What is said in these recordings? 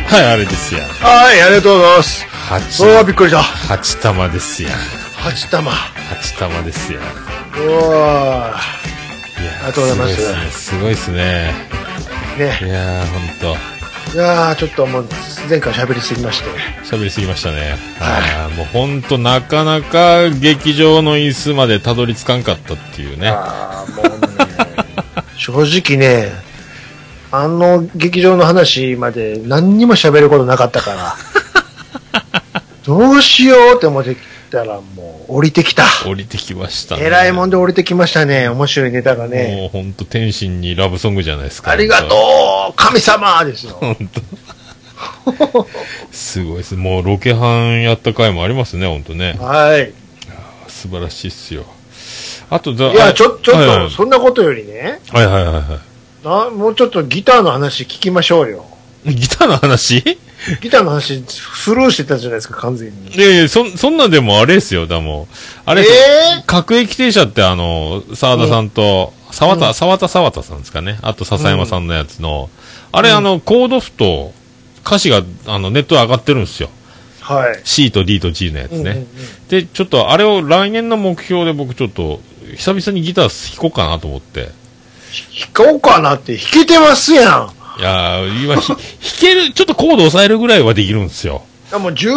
はい、あれですや。 はい、ありがとうございます。びっくりした。 8玉ですや。 8玉ですや。 いや、ありがとうございます。 すごいですね。 ね。 いやー、ほんと。 いやー、ちょっともう、前回喋りすぎましてね。はい。もうほんと、なかなか劇場の椅子までたどり着かんかったっていうね。 もうね、正直ね、劇場の話まで何にも喋ることなかったから、どうしようって思ってきたら、もう降りてきましたね。 えらいもんで降りてきましたね。面白いネタがね。 もうほんと天心にラブソングじゃないですか。 ありがとう神様ですよ。 ほんとすごいです。もうロケハンやった回もありますね、ほんとね。 はい。 素晴らしいっすよ。あと、 いや、ちょっと、そんなことよりね。もうちょっとギターの話聞きましょうよ。 ギターの話スルーしてたじゃないですか、完全に。 いやいや、そんなんでもあれですよ、あれ、各駅停車って沢田さんと、沢田さんですかね。あと、笹山さんのやつの、あれ、コード譜と歌詞が、ネットで上がってるんですよ。 はい。 C と D と G のやつね。で、ちょっと、あれを来年の目標で僕ちょっと、久々にギター弾こうかなと思って。 弾こうかなって弾けてますやん。 いやー、今、弾ける、ちょっとコード抑えるぐらいはできるんですよ。 もう十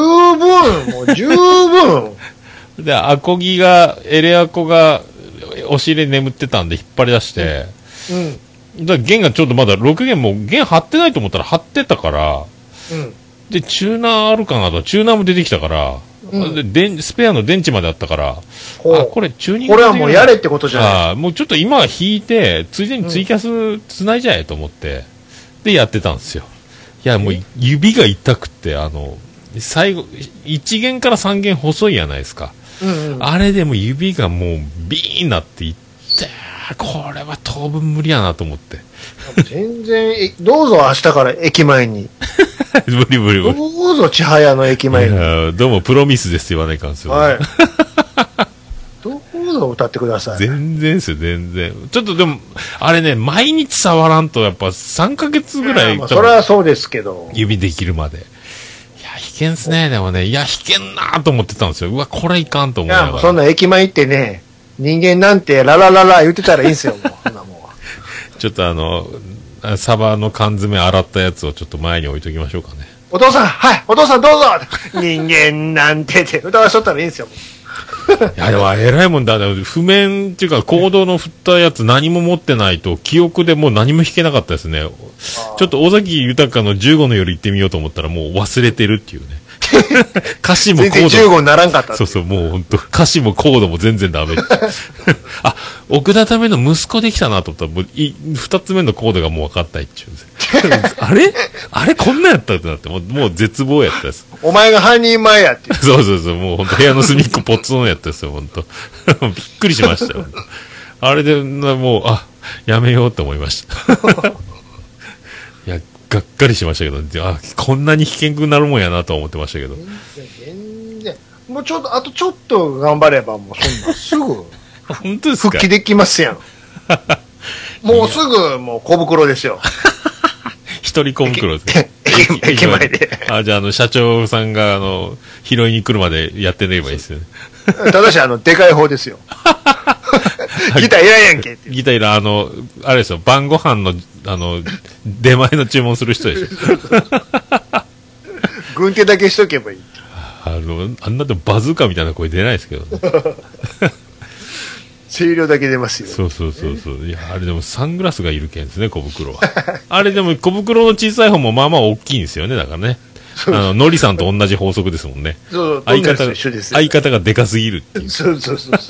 分。 で、エレアコが、お尻で眠ってたんで引っ張り出して、だから弦がちょっとまだ6弦も弦張ってないと思ったら張ってたから、で、チューナーあるかなと、チューナーも出てきたから、でスペアの電池まであったから、これチューニングこれはもうやれってことじゃない。 もうちょっと今は弾いて、ついでにツイキャス繋いじゃえと思って、でやってたんですよ。いや、もう指が痛くて、最後、1弦から3弦細いやないですか。あれでも指がもうビーンなっていって、これは当分無理やなと思って。 全然、どうぞ明日から駅前に。 無理。 どうぞ千早の駅前に。 どうもプロミスですよ、言わないかんすよ。 はい。どうぞ歌ってください。 全然ですよ、全然。ちょっとでも、あれね、毎日触らんと、やっぱ3ヶ月ぐらい。 それはそうですけど。 指できるまで。いや、弾けんすね、でもね。いや、弾けんなーと思ってたんですよ。うわ、これいかんと思う。いや、 もうそんな駅前行ってね、人間なんてララララ言ってたらいいんすよ、もう。 ちょっとサバの缶詰洗ったやつをちょっと前に置いときましょうかね。 お父さんどうぞ人間なんてって歌わしとったらいいんですよ。 いや、でも偉いもんだ。譜面っていうか、コードの振ったやつ何も持ってないと、記憶でもう何も弾けなかったですね。ちょっと尾崎豊の15の夜行ってみようと思ったらもう忘れてるっていうね。歌詞もコード。 全然15にならんかった。 そう、もう本当歌詞もコードも全然ダメ。あ、奥田ための息子できたなと思ったら、もう二つ目のコードがもう分かったいっちゅうんです。あれこんなんやったってなって、もう絶望やったです。 お前が半人前やって。 そう、もう本当部屋の隅っこポツンやったですよ、本当びっくりしましたよ。あれで、もう、やめようって思いました。いや、がっかりしましたけど、こんなに危険くなるもんやなと思ってましたけど。 全然。もうあとちょっと頑張れば、もうそんなすぐ。 本当ですか？ 復帰できますやん。もうすぐ、もう小袋ですよ。 一人小袋ですね。 駅前で。 じゃあ、社長さんが、拾いに来るまでやってればいいですよね。 ただし、でかい方ですよ。ギターいらんやんけって。 ギターいらん、あれですよ、晩ご飯の、出前の注文する人でしょ。 軍手だけしとけばいい。 あんなでもバズーカみたいな声出ないですけどね。 声量だけ出ますよ。 そう。いや、あれでもサングラスがいるけんですね、小袋は。あれでも小袋の小さい方もまあまあ大きいんですよね、だからね。のりさんと同じ法則ですもんね。相方がでかすぎるっていう。そう。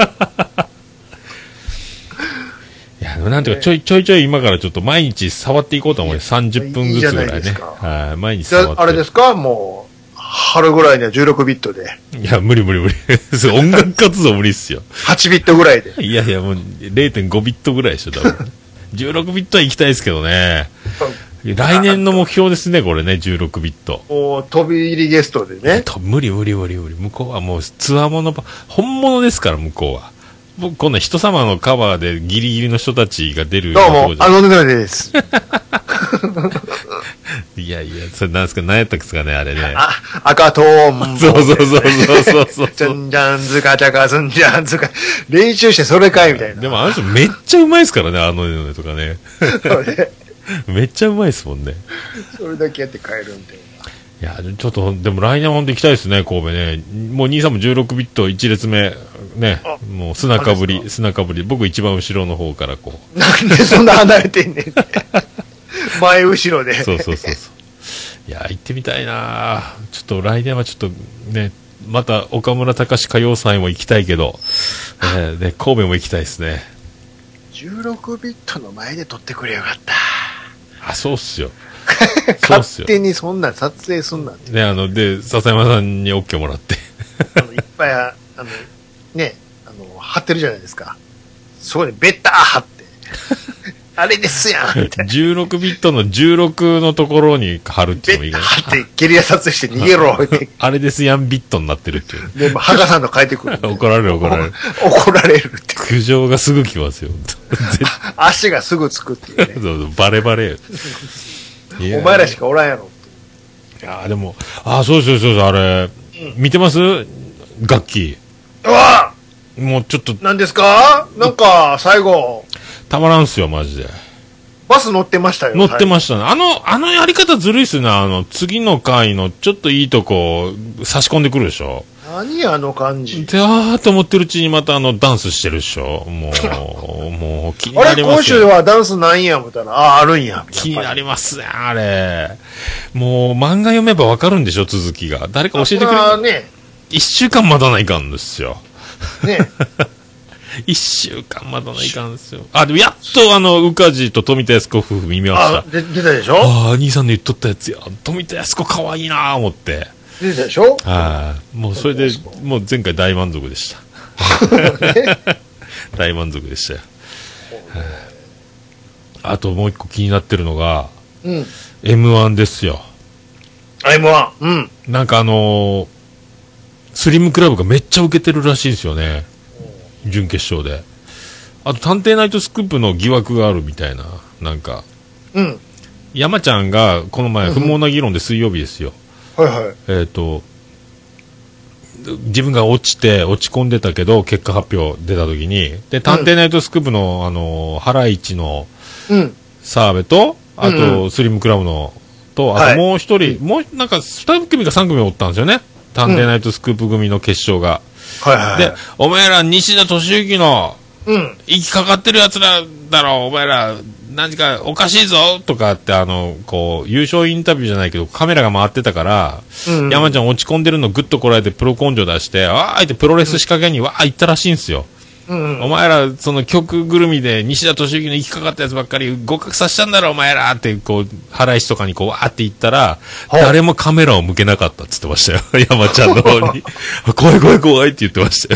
いや、なんていうか、ちょい今からちょっと毎日触っていこうと思う。30分ずつぐらいね。はい、毎日触って。 あれですか、もう。春ぐらいには16ビットで。 いや、無理。音楽活動無理っすよ。 8ビットぐらいで。 いや、もう 0.5 ビットぐらいでしょ、多分。16ビットは行きたいですけどね。来年の目標ですね、これね、16ビット。 飛び入りゲストでね。 無理。向こうはもうツアーもの、本物ですから、向こうは。僕、こんな人様のカバーでギリギリの人たちが出る。 どうも、ねです。 いやいや、それなんですか、何やったっすかね、あれね。 赤トーン。 そうそう。 じゃんじゃんずかちゃかすんじゃんずか。練習してそれかいみたいな。 でもあの人めっちゃうまいですからね、あの絵とかね。めっちゃうまいですもんね。 それだけやって帰るんで。 いや、ちょっと、でも来年本当行きたいですね、神戸ね。もう兄さんも16ビット1列目、ね、もう砂かぶり。僕一番後ろの方からこう。 なんでそんな離れてんねんって。前後ろで。 そう。いや、行ってみたいなちょっと来年はちょっとね、また岡村隆史歌謡祭も行きたいけど、ね、神戸も行きたいですね。 16ビットの前で撮ってくれよかった。 あ、そうっすよ。 勝手にそんなん撮影すんなんて。 ね、で、笹山さんに OK もらって。 いっぱい、ね、貼ってるじゃないですか。そこでベッター貼って。あれですやんみたいな。 16ビットの16のところに貼るっていうのもいいかな。 貼ってゲリラ撮影して逃げろって。 あれですやんビットになってるっていう。 で、ハガさんの書いてくる。 怒られる。 怒られるって。 苦情がすぐ来ますよ。 足がすぐつくっていうね。 そうバレバレ。 お前らしかおらんやろって。 いやでも、そうあれ、見てます楽器。 うわもうちょっと。 何ですかなんか、最後。 たまらんすよ、マジで。 バス乗ってましたよ。 乗ってましたね。あのやり方ずるいっすよね。次の回のちょっといいとこ、差し込んでくるでしょ。 何あの感じ。 で、と思ってるうちにまたダンスしてるでしょ。もう、気になりますよ。 あれ、今週はダンスないんや、思ったら、あるんや。 気になりますね、あれ。もう、漫画読めばわかるんでしょ、続きが。誰か教えてくれる。 ね。 1週間待たないかんですよ。 ね。 1週間待たないかんですよ。でもやっと宇梶と富田靖子夫婦見ました。 出たでしょ。 兄さんの言っとったやつや。富田靖子可愛いなぁ思って。 出たでしょ。 もうそれで、もう前回大満足でした。大満足でしたよ。あともう一個気になってるのが、M1 ですよ。 M1。うん。 なんかスリムクラブがめっちゃ受けてるらしいんですよね。準決勝で。あと、探偵ナイトスクープの疑惑があるみたいな。なんか。 うん。 山ちゃんが、この前、不毛な議論で水曜日ですよ。 はいはい。 自分が落ち込んでたけど、結果発表出た時に、で、探偵ナイトスクープの、ハライチの、澤部と、あと、スリムクラブの、と、あともう一人、もう、なんか、2組か3組おったんですよね。探偵ナイトスクープ組の決勝が。で、お前ら西田敏行の、息かかってる奴らだろ、お前ら、何かおかしいぞとかってこう、優勝インタビューじゃないけど、カメラが回ってたから、山ちゃん落ち込んでるのぐっとこらえてプロ根性出して、ってプロレス仕掛けに行ったらしいんですよ。お前ら、その曲ぐるみで西田敏行の息かかったやつばっかり合格させたんだろ、お前らって、こう、原石とかにこう、わーって言ったら、誰もカメラを向けなかったって言ってましたよ。山ちゃんの方に。怖いって言ってましたよ。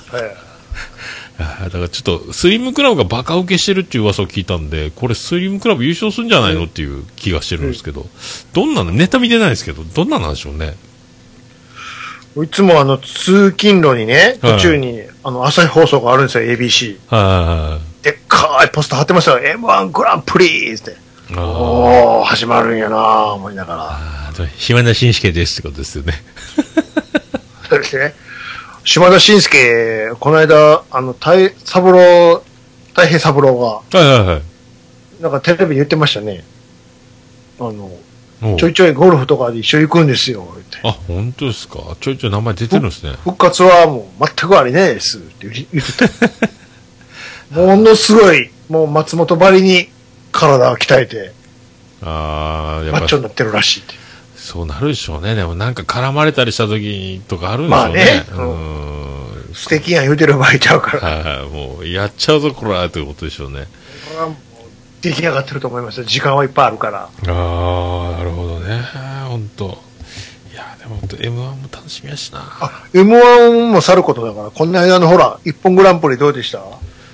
だからちょっと、スリムクラブがバカ受けしてるっていう噂を聞いたんで、これスリムクラブ優勝するんじゃないのっていう気がしてるんですけど、どんなの、ネタ見てないですけど、どんななんでしょうね。 いつも通勤路にね、途中に、朝日放送があるんですよ、ABC。でっかいポスター貼ってましたよ、M1 グランプリって。おー、始まるんやなぁ、思いながら。島田紳介ですってことですよね。 そうですね。島田紳介、この間、太平三郎が、なんかテレビで言ってましたね。ちょいちょいゴルフとかで一緒行くんですよ、って。 本当ですか。ちょいちょい名前出てるんですね。 復活はもう全くありねえです、って言ってた。ものすごい、もう松本ばりに体を鍛えて、マッチョになってるらしいって。 そうなるでしょうね。でもなんか絡まれたりした時とかあるんでしょうね。 素敵やん言うてる場合ちゃうから。 もうやっちゃうぞこらということでしょうね。 出来上がってると思いますよ。時間はいっぱいあるから。 なるほどね。本当。いやでも本当 M1 も楽しみやしな。 M1 もさることだから、こんな間のほら一本グランプリどうでした？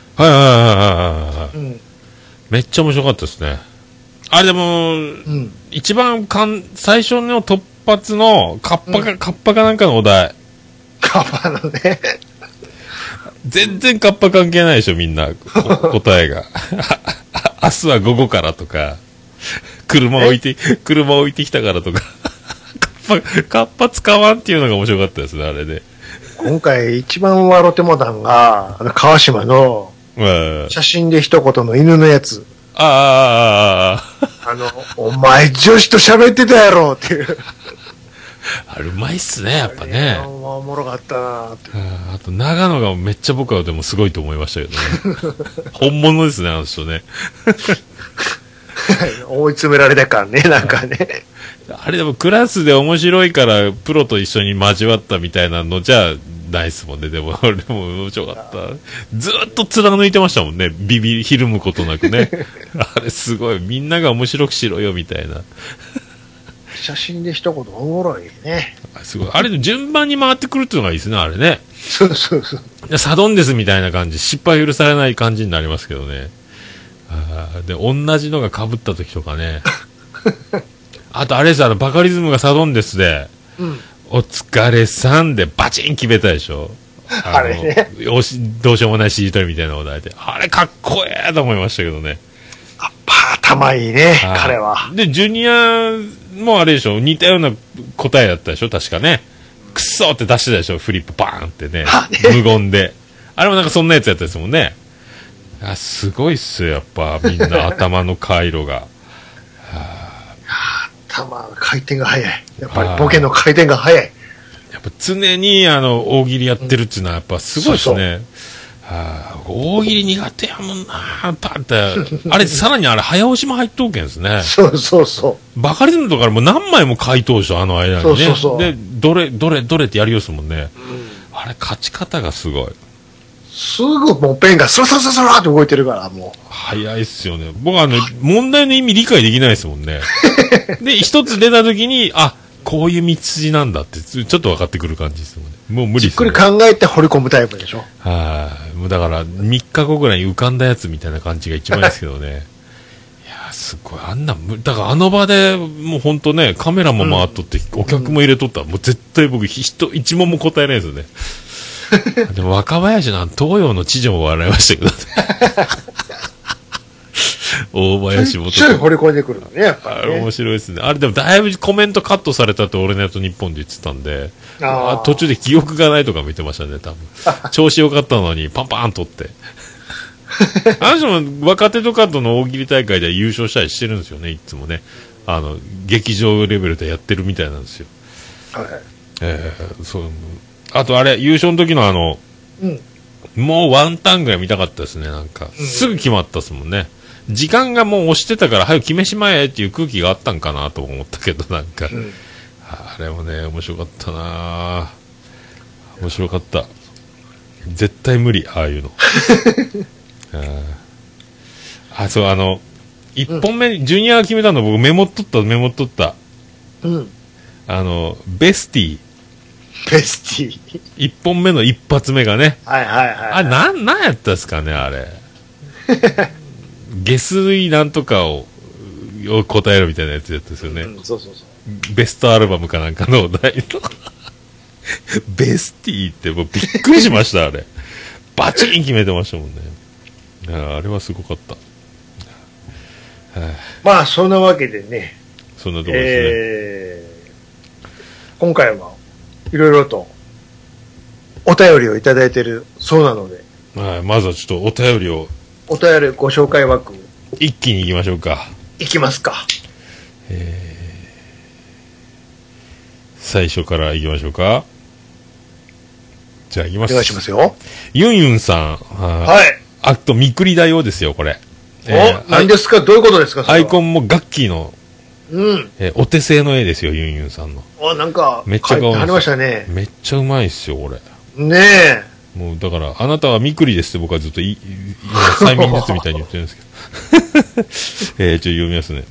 めっちゃ面白かったですね。でも、一番最初の突発のカッパかなんかのお題。 カッパのね。 全然カッパ関係ないでしょ、みんな。答えが。明日は午後からとか、 車置いてきたからとか。カッパ使わんっていうのが面白かったですね、あれで。 今回一番笑ってもたんが、川島の写真で一言の犬のやつ。お前女子と喋ってたやろっていう。 あれうまいっすね、やっぱね。 おもろかったなって。 あと、長野がめっちゃ僕はでもすごいと思いましたけどね。本物ですね、あの人ね。 追い詰められた感ね、なんかね。 あれでもクラスで面白いからプロと一緒に交わったみたいなのじゃないっすもんね。でも、俺も面白かった。ずーっと貫いてましたもんね。ひるむことなくね。あれすごい。みんなが面白くしろよ、みたいな。 写真で一言おもろいね。 すごい。あれの順番に回ってくるっていうのがいいですね、あれね。 そうそうそう。 サドンデスみたいな感じ。失敗許されない感じになりますけどね。で、同じのが被った時とかね。あとあれです、バカリズムがサドンデスで、お疲れさんでバチン決めたでしょ。 あれね。 どうしようもないしりとりみたいなお題で。あれかっこええと思いましたけどね。 頭いいね、彼は。 で、ジュニアもあれでしょ、似たような答えだったでしょ、確かね。くっそーって出してたでしょ、フリップバーンってね。無言で。あれもなんかそんなやつやったですもんね。すごいっすよ、やっぱ、みんな頭の回路が。 頭の回転が速い。やっぱりボケの回転が速い。 やっぱ常に大喜利やってるっていうのはやっぱすごいですね。大喜利苦手やもんなパって。あれ、さらにあれ、早押しも入っとうけんですね。 そうそうそう。 バカリズムとかも何枚も回答者、あの間にね。 そうそうそう。 で、どれってやりよすもんね。あれ、勝ち方がすごい。 すぐもうペンがスラスラスラスラって動いてるから、もう。 早いっすよね。僕問題の意味理解できないですもんね。で、一つ出た時に、こういう道筋なんだって、ちょっと分かってくる感じですもんね。もう無理です、ね。 じっくり考えて掘り込むタイプでしょ。 もうだから、3日後ぐらいに浮かんだやつみたいな感じが一番いいですけどね。いやすごい。だからあの場でもうほんとね、カメラも回っとって、お客も入れとったら、もう絶対僕、一問も答えないですよね。でも若林の東洋の知女も笑いましたけどね。大林も。 ちょい掘り込んでくるのね、やっぱり、ね。 面白いですね。あれでもだいぶコメントカットされたって俺のやつ日本で言ってたんで、途中で記憶がないとか見てましたね、多分。調子良かったのにパンパンとって。あの人も若手とかとの大喜利大会で優勝したりしてるんですよね、いつもね。劇場レベルでやってるみたいなんですよ。 はい。 そう。あとあれ、優勝の時のもうワンタンぐらい見たかったですね、なんか。すぐ決まったっすもんね。時間がもう押してたから、早く決めしまえっていう空気があったんかなと思ったけど、なんか。あれもね、面白かったな面白かった。絶対無理、ああいうの。そう、1本目、ジュニアが決めたの僕メモっとった。ベスティ。 ベスティ。 1本目の一発目がね。 はいはいはい、はい。 あれ、なんやったっすかね、あれ。下水なんとかを答えるみたいなやつやったですよね。 そうそうそう。 ベストアルバムかなんかのお題の。ベスティってもうびっくりしました、あれ。バチン決めてましたもんね。あれはすごかった。 まあ、そんなわけでね。 そんなとこですね。 今回はいろいろとお便りをいただいているそうなので。 まずはちょっとお便りご紹介枠。 一気に行きましょうか。 行きますか。 最初から行きましょうか。じゃあ行きます。 お願いしますよ。 ユンユンさん。はい。あと、みくりだよですよ、これ。 何ですか？どういうことですか？ アイコンもガッキーの、お手製の絵ですよ、ユンユンさんの。 なんか、 めっちゃ可愛い。 ありましたね。 めっちゃうまいっすよ、これ。 ねえ。 もう、だから、あなたはみくりですって僕はずっと催眠術みたいに言ってるんですけど。読みますね。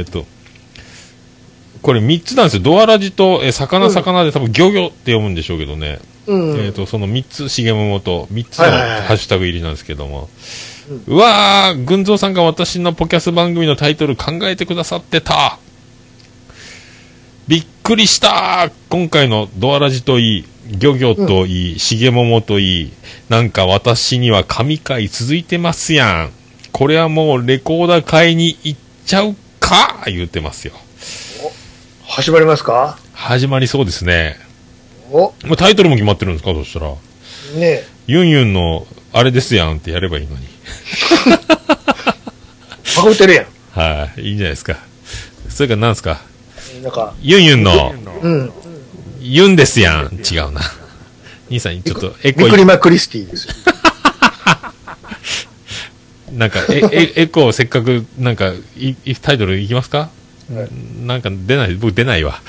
これ3つなんですよ。ドアラジと、魚で多分ギョギョって読むんでしょうけどね。その3つ、しげももと3つのハッシュタグ入りなんですけども。うわー、群像さんが私のポキャス番組のタイトル考えてくださってた。びっくりした今回のドアラジといい、ギョギョといい、しげももといい、なんか私には神回続いてますやん。これはもうレコーダー買いに行っちゃうかか言ってますよ。 始まりますか？ 始まりそうですね。 お、 もうタイトルも決まってるんですか？そしたら。 ねユンユンの、あれですやんってやればいいのに。 運ってるやん。 はい、いいんじゃないですか。それから何ですか？ なんか、 ユンユンの、 うん。 ユンですやん。違うな。兄さん、ちょっとエコビクリマクリスティですよ。 なんか、エコーせっかく、なんか、タイトルいきますか？ はい、 なんか出ない、僕出ないわ。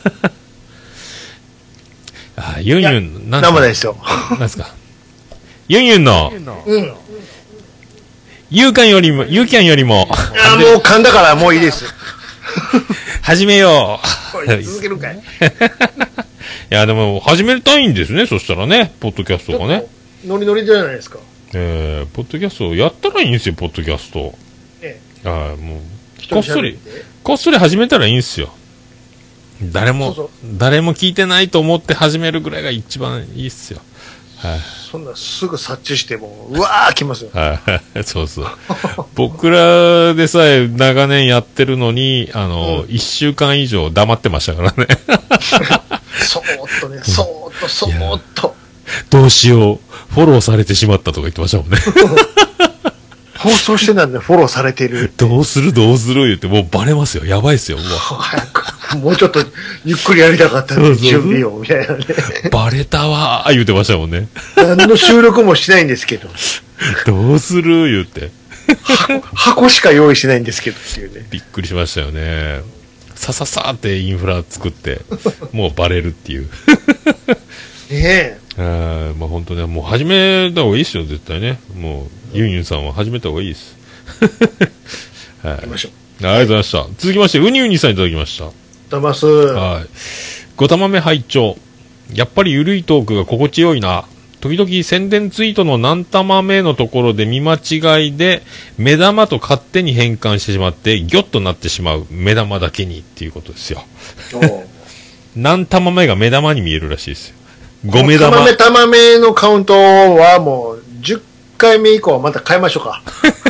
あ、ユンユン、 なんもないですよ。 なんですか？ユンユンの、 うん。 ユーキャンよりも、 もう噛んだからもういいです。 始めよう。 続けるかい？ いや、でも、始めたいんですね、そしたらね、ポッドキャストがね。 ノリノリじゃないですか。 ポッドキャストやったらいいんですよ、ポッドキャスト。もう、こっそり始めたらいいんですよ。誰も聞いてないと思って始めるぐらいが一番いいっすよ。はい。 そんなすぐ察知しても、うわー来ますよ。 はい。そうそう。僕らでさえ長年やってるのに、1週間以上黙ってましたからね。 そーっとね、そーっと。 どうしよう。フォローされてしまったとか言ってましたもんね。 放送してなんでフォローされてる。 どうする言って、もうバレますよ。やばいっすよ。 早く、もうちょっとゆっくりやりたかったんで、準備を、みたいなね。 バレたわー言ってましたもんね。 何の収録もしないんですけど。 どうする言って。 箱しか用意してないんですけどっていうね。 びっくりしましたよね。さってインフラ作って、もうバレるっていう。 ねえ。 まあ本当ね、もう始めた方がいいですよ、絶対ね。もう、ユンユンさんは始めた方がいいです。はい。 行きましょう。 ありがとうございました。続きまして、ウニウニさんいただきました。 たます。 はい。ごたまめ拝聴。やっぱりゆるいトークが心地よいな。時々宣伝ツイートの何玉目のところで見間違いで目玉と勝手に変換してしまってギョッとなってしまう目玉だけにっていうことですよ。何玉目が目玉に見えるらしいですよ。5目玉。 玉目のカウントはもう10回目以降はまた変えましょうか。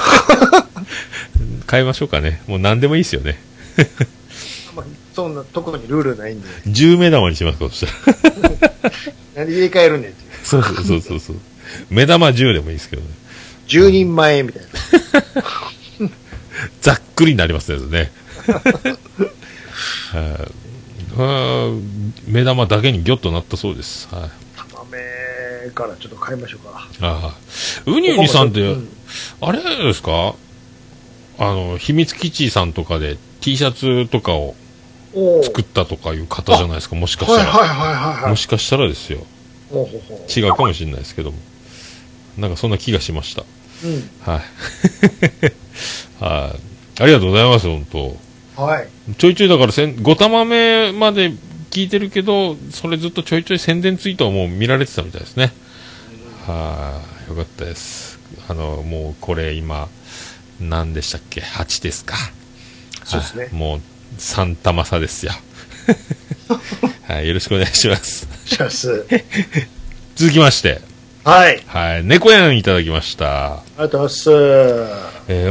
変えましょうかね。もう何でもいいですよね。 そんな特にルールないんで。 10目玉にしますか、そしたら。 何で入れ替えるねんっていう。 そう。目玉10でもいいですけどね。 10人前みたいな。 ざっくりになりますね。目玉だけにギョッとなったそうです。はい。 玉目からちょっと変えましょうか。 ウニウニさんって、あれですか？秘密基地さんとかで T シャツとかを作ったとかいう方じゃないですか、もしかしたら。もしかしたらですよ。違うかもしれないですけども。なんかそんな気がしました。はい。はい。ありがとうございます、本当。 はい。 ちょいちょいだから5玉目まで聞いてるけど、それずっとちょいちょい宣伝ツイートはもう見られてたみたいですね。はい。よかったです。もうこれ今、何でしたっけ ?8 ですか。 そうですね。 もう3玉差ですよ。はい。よろしくお願いします。続きまして。 はい。 はい。猫やんいただきました。 ありがとうございます。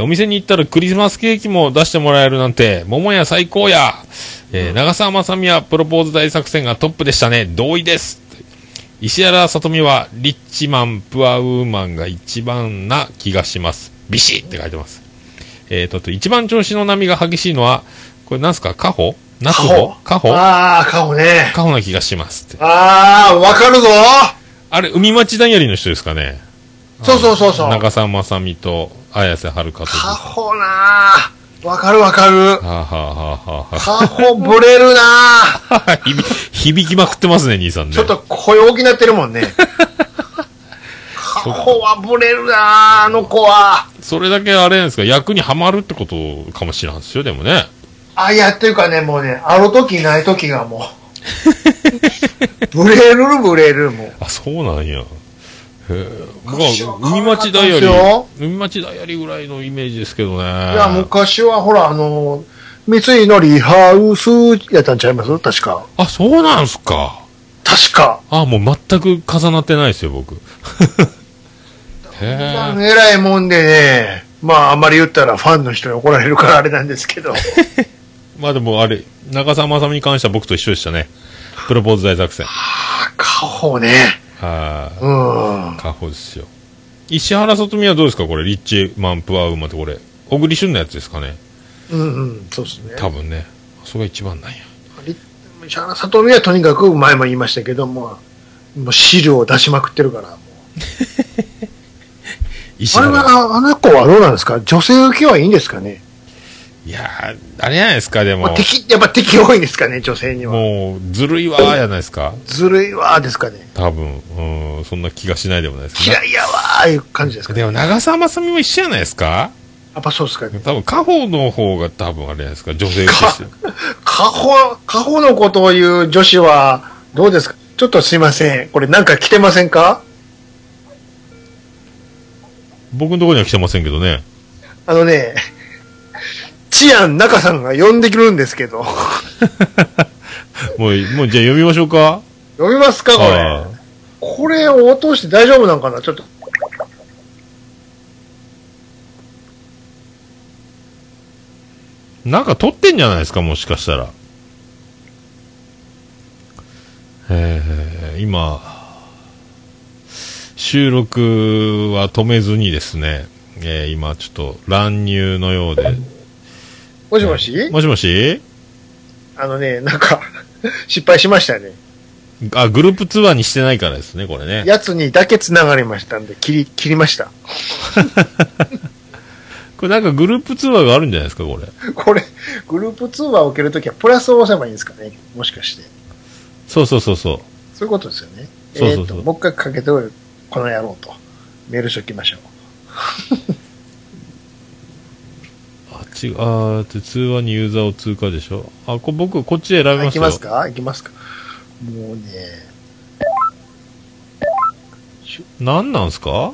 お店に行ったらクリスマスケーキも出してもらえるなんて、桃屋最高や。長澤まさみはプロポーズ大作戦がトップでしたね。同意です。石原さとみはリッチマン、プアウーマンが一番な気がします。ビシッって書いてます。一番調子の波が激しいのは、これなんすか？カホ？ナツホ？カホ？ ああ、カホね。 カホな気がしますって。 ああ、わかるぞ。 あれ、海町ダイアリーの人ですかね。 そう。 長澤まさみと綾瀬はるかと。 カホなー。わかる。 カホブレるなー。響きまくってますね、兄さんね。 ちょっと声大きなってるもんね。カホはブレるなー、あの子は。 それだけあれなんですか、役にはまるってことかもしれないですよ、でもね。 いや、っていうかね、もうね、ある時ない時がもう。ブレるもう。 あ、そうなんや。僕は海町ダイアリーぐらいのイメージですけどね。いや、昔はほら、三井のリハウスやったんちゃいます確か。 あ、そうなんすか。 確か。 もう全く重なってないですよ、僕。 えらいもんでね。 まあ、あまり言ったらファンの人に怒られるからあれなんですけど。 まあでもあれ、長澤まさみに関しては僕と一緒でしたね。プロポーズ大作戦。 家宝ね。 はい。 うん。 家宝ですよ。石原さとみはどうですかこれ、リッチマンプアウーマってこれ、小栗旬のやつですかね。 うんうん、そうですね。 多分ね。それが一番なんや。 石原さとみはとにかく前も言いましたけども、もう汁を出しまくってるから、もう。 石原あの子はどうなんですか？女性受けはいいんですかね？ いやー、あれじゃないですか、でも。 やっぱ敵多いんですかね、女性には。 もう、ずるいわーじゃないですか。 ずるいわーですかね。 多分、そんな気がしないでもないですけど。 嫌いやわーいう感じですかね。 でも、長澤まさみも一緒じゃないですか？ やっぱそうですかね。 多分、家宝の方が多分あれじゃないですか、女性受けしてる。 家宝のことを言う女子は、どうですか？ちょっとすいません。これなんか来てませんか？ 僕のところには来てませんけどね。 あのね、チアン中さんが呼んでくるんですけど。 もうじゃあ読みましょうか。 読みますかこれ。これを落として大丈夫なんかなちょっと。 なんか撮ってんじゃないですか、もしかしたら。今、収録は止めずにですね、今ちょっと乱入のようで。 もしもし、 もしもし、 なんか、失敗しましたね。 あ、グループ通話にしてないからですね、これね。 やつにだけ繋がりましたんで、切りました。 これなんかグループ通話があるんじゃないですか、これ。 これ、グループ通話を受けるときはプラスを押せばいいんですかね、もしかして。 そう。 そういうことですよね。 そうもう一回かけておる、この野郎と。メールしときましょう。 通話にユーザーを通過でしょ。僕、こっちで選びますよ。 行きますかもうね。 何なんすか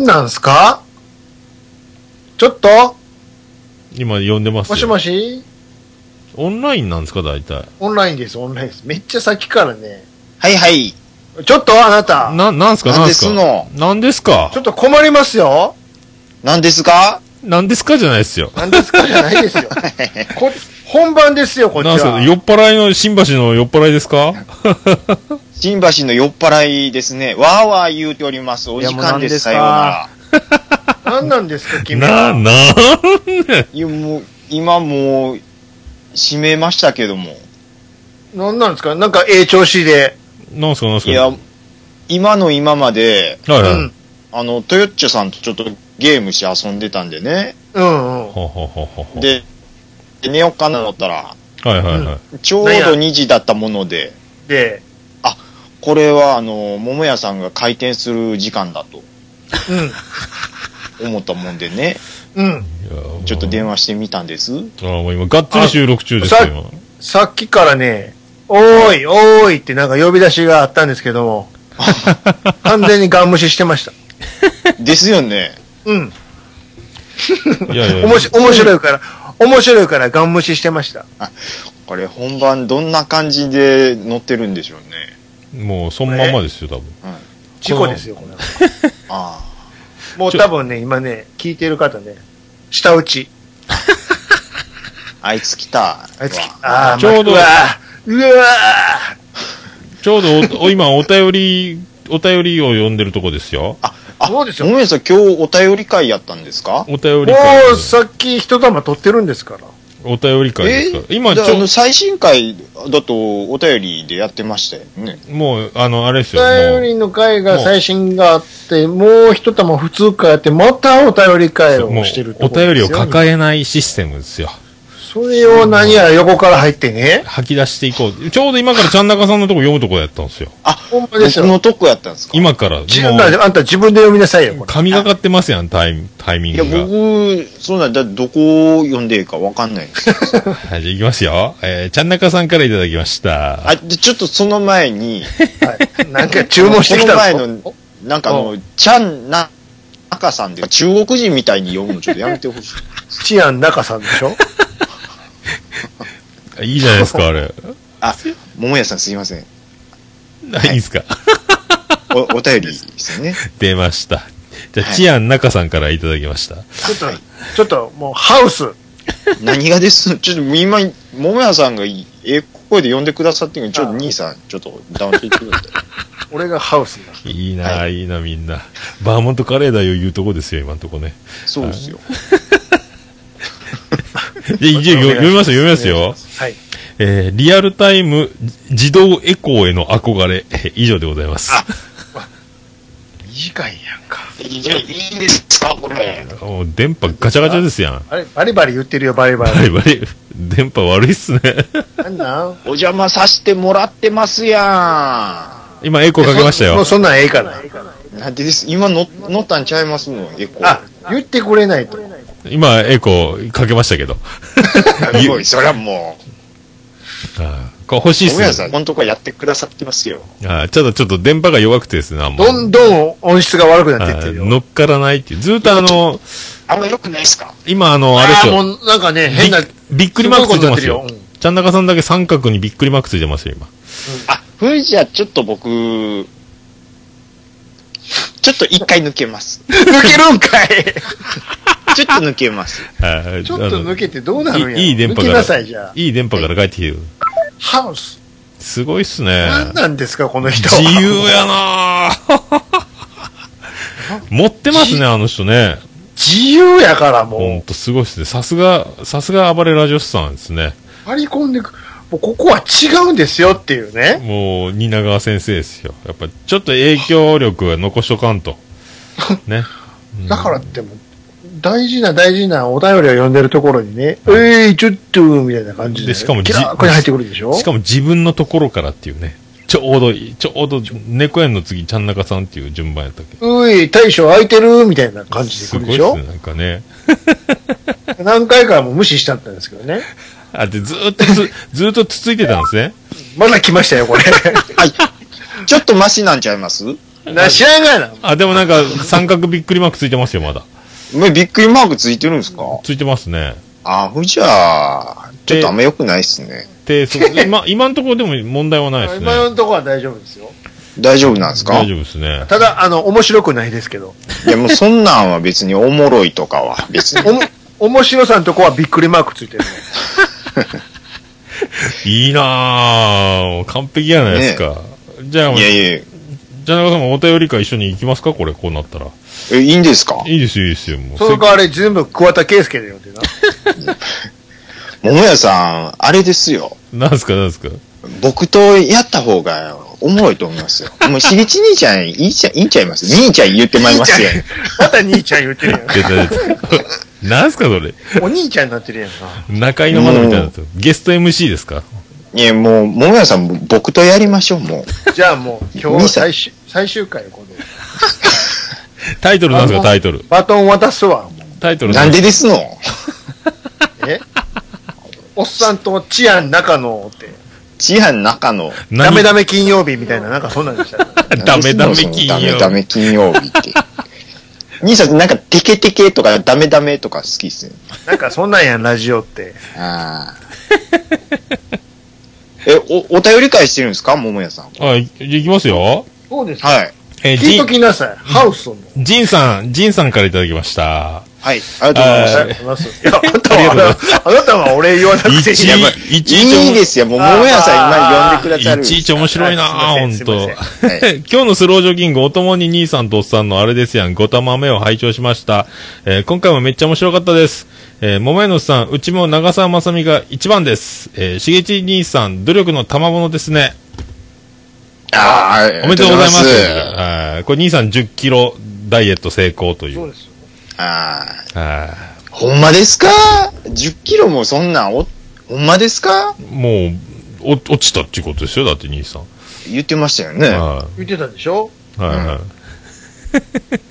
ちょっと今呼んでますよ。 もしもしオンラインなんですか、大体。 オンラインです。めっちゃさっきからね。 はいはい。 ちょっとあなた。 なんすかなんですの？ なんですか？ ちょっと困りますよ。 なんですか？ なんですかじゃないですよ。 なんですかじゃないですよ。本番ですよ、こっちは。 なんすか、酔っ払いの、新橋の酔っ払いですか？ 新橋の酔っ払いですね。わーわー言うております。お時間です。さようなら。 何なんですか、君は。 なんで？ いや、もう、今もう、閉めましたけども。 何なんですか？なんか調子で。 なんすかいや、今の今まで、 はいはい。 トヨッチョさんとちょっとゲームして遊んでたんでね。で、寝ようかなと思ったら、ちょうど2時だったもので、これは桃屋さんが開店する時間だと、思ったもんでね、ちょっと電話してみたんです。 もう今、がっつり収録中ですよ。 さっきからね、おーいってなんか呼び出しがあったんですけども、完全にガン無視してました。 ですよね。 いや面白いからガン無視してました。 これ本番どんな感じで乗ってるんでしょうね。もうそのままですよ、多分。 事故ですよ、これは。もう多分ね、今ね、聞いてる方ね、舌打ち。 あいつ来た。 ちょうど、ちょうど今お便りを読んでるとこですよ。 そうですよ。 桃屋さん今日お便り会やったんですか？ お便り会。 もうさっき一玉取ってるんですから。 お便り会ですから。今最新回だとお便りでやってましたよね。 もう、あれですよ。 お便りの会が最新があって、もう一玉普通会やって、またお便り会をしてるところですよ。 お便りを抱えないシステムですよ。 それを何やら横から入ってね。 吐き出していこう。ちょうど今からちゃん中さんのとこ読むとこやったんですよ。 ほんまですよ。 僕のとこやったんですか？ 今から。 あんた自分で読みなさいよ。 神がかってますやん、タイミングが。 いや、僕、そうなんだ、どこを読んでいいかわかんないんです。 はい、じゃあ行きますよ。ちゃん中さんからいただきました。 ちょっとその前に、 なんか注文してきたの。 その前の、なんかちゃん中さんで、中国人みたいに読むのちょっとやめてほしい。 チアン中さんでしょ？ いいじゃないですか、あれ。 桃屋さんすいません。 いいですか。 お便りですよね。 出ました。 じゃあ、チアン中さんからいただきました。 ちょっと、もう、ハウス。 何がですちょっと今、桃屋さんが声で呼んでくださってるのに、ちょっと兄さん、ちょっと黙っていってください。 俺がハウスだ。 いいな、いいな、みんな。バーモントカレーだよ、言うとこですよ、今のとこね。 そうですよ。 じゃあ、読みますよ。 はい。 リアルタイム自動エコーへの憧れ、以上でございます。 短いやんか。 いいですか、これ。 電波ガチャガチャですやん。 あれ、バリバリ言ってるよ、バリバリ。 バリバリ。電波悪いっすね。 なんなんお邪魔させてもらってますやん。今、エコーかけましたよ。 もうそんなんええから。 なんでです。今乗ったんちゃいますの、エコー。 あ、言ってくれないと。 今、エコーかけましたけど。 そりゃもう。 これ欲しいっすね。 おやさん、このとこやってくださってますよ。 ちょっと電波が弱くてですね、 どんどん音質が悪くなっていってるよ。 乗っからないっていう。ずっとあんま良くないっすか？ 今あれですよ。 もうなんかね、変な。 びっくりマークついてますよ。ちゃんなかさんだけ三角にびっくりマークついてますよ、今。 ふいじゃちょっと僕、ちょっと一回抜けます。 抜けるんかいちょっと抜けます。 ちょっと抜けてどうなるんや。 いい電波から。 抜けなさい、じゃあ。 いい電波から帰ってきてる。 ハウス。 すごいっすね。 何なんですか、この人。 自由やな持ってますね、あの人ね。 自由やからもう。 ほんとすごいっすね。さすが暴れラジオスさんですね。 張り込んでく。もうここは違うんですよっていうね。 もう、蜷川先生ですよ。やっぱ、ちょっと影響力は残しとかんと。ね。 だからっても、大事なお便りを読んでるところにね、ちょっと、みたいな感じで。 しかも、 キラーこれ入ってくるでしょ？ しかも自分のところからっていうね。ちょうど、猫園の次、ちゃんなかさんっていう順番やったっけ。 大将空いてるみたいな感じで来るでしょ？ すごいっすね、なんかね。 何回かもう無視しちゃったんですけどね。 で、ずーっとつついてたんですね。 まだ来ましたよ、これ。 はい。ちょっとマシなんちゃいます？ 知らんがな。 でもなんか、三角びっくりマークついてますよ、まだ。 びっくりマークついてるんですか？ ついてますね。 じゃあ、ちょっとあんま良くないっすね。 今のところでも問題はないですね。 今のところは大丈夫ですよ。 大丈夫なんですか？ 大丈夫ですね。 ただ、面白くないですけど。 いや、もうそんなんは別におもろいとかは別に。 面白さのとこはびっくりマークついてるの。 いいなぁ。完璧やないですか。じゃあ、じゃあ、中さんもお便り会一緒に行きますか？こうなったら。 いいんですか？ いいですよ。もうその代わり全部桑田佳祐で呼んでな。 桃屋さん、あれですよ。 なんすか僕とやった方がおもろいと思いますよ。もう、しげち兄ちゃん、いいんちゃいます？兄ちゃん言ってまいりますよ。 また兄ちゃん言ってるやん。 なんすかそれ。 お兄ちゃんになってるやんな。中井の窓みたいな。ゲスト MC ですか？ いや、もう、桃屋さん、僕とやりましょう、もう。じゃあもう、今日最終回よ、これ。 タイトルなんすか、タイトル。 バトン渡すわ。 タイトルなんでですの？ おっさんとチアン中野って。 チアン中野。 ダメダメ金曜日みたいな、なんかそんなんでした。 ダメダメ金曜日。 ダメ金曜日って。兄さん、なんか、テケテケとか、ダメダメとか好きっすね。 なんか、そんなんやん、ラジオって。 お便り会してるんですか？桃屋さん。 行きますよ。 そうですか。 はい。 聞いときなさい。ハウスの。 ジンさんからいただきました。 はい。ありがとうございます。 いや、あなたは俺言わなくていい。 いいですよ。もう、桃屋さん今呼んでくださる。 いちいち面白いなぁ、ほんと。今日のスロージョギング、おともに兄さんとおっさんのあれですやん、ごたまめを拝聴しました。今回もめっちゃ面白かったです。桃屋のさん、うちも長澤まさみが一番です。しげち兄さん、努力の賜物ですね。おめでとうございます。これ兄さん10キロダイエット成功という。 そうですよ。 ほんまですか？ 10 キロもそんなんほんまですか？ もう落ちたっていうことですよ。だって兄さん言ってましたよね。 言ってたでしょ。 はい。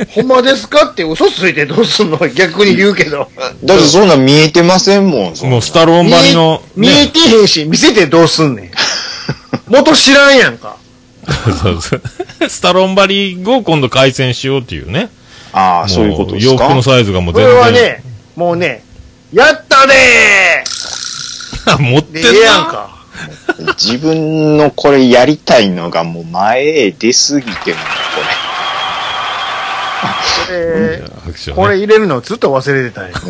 ほんまですかって嘘ついてどうすんの？逆に言うけど。 だってそんなん見えてませんもん。 もうスタローン張りの見えてへんし見せてどうすんねん。元知らんやんか。 スタロンバリを今度改善しようっていうね。 そういうことですか。 洋服のサイズがもう全然。 これはね、もうね、やったねー持ってんな。 やんか。 自分のこれやりたいのがもう前へ出すぎてもここれ入れるのずっと忘れてたんや。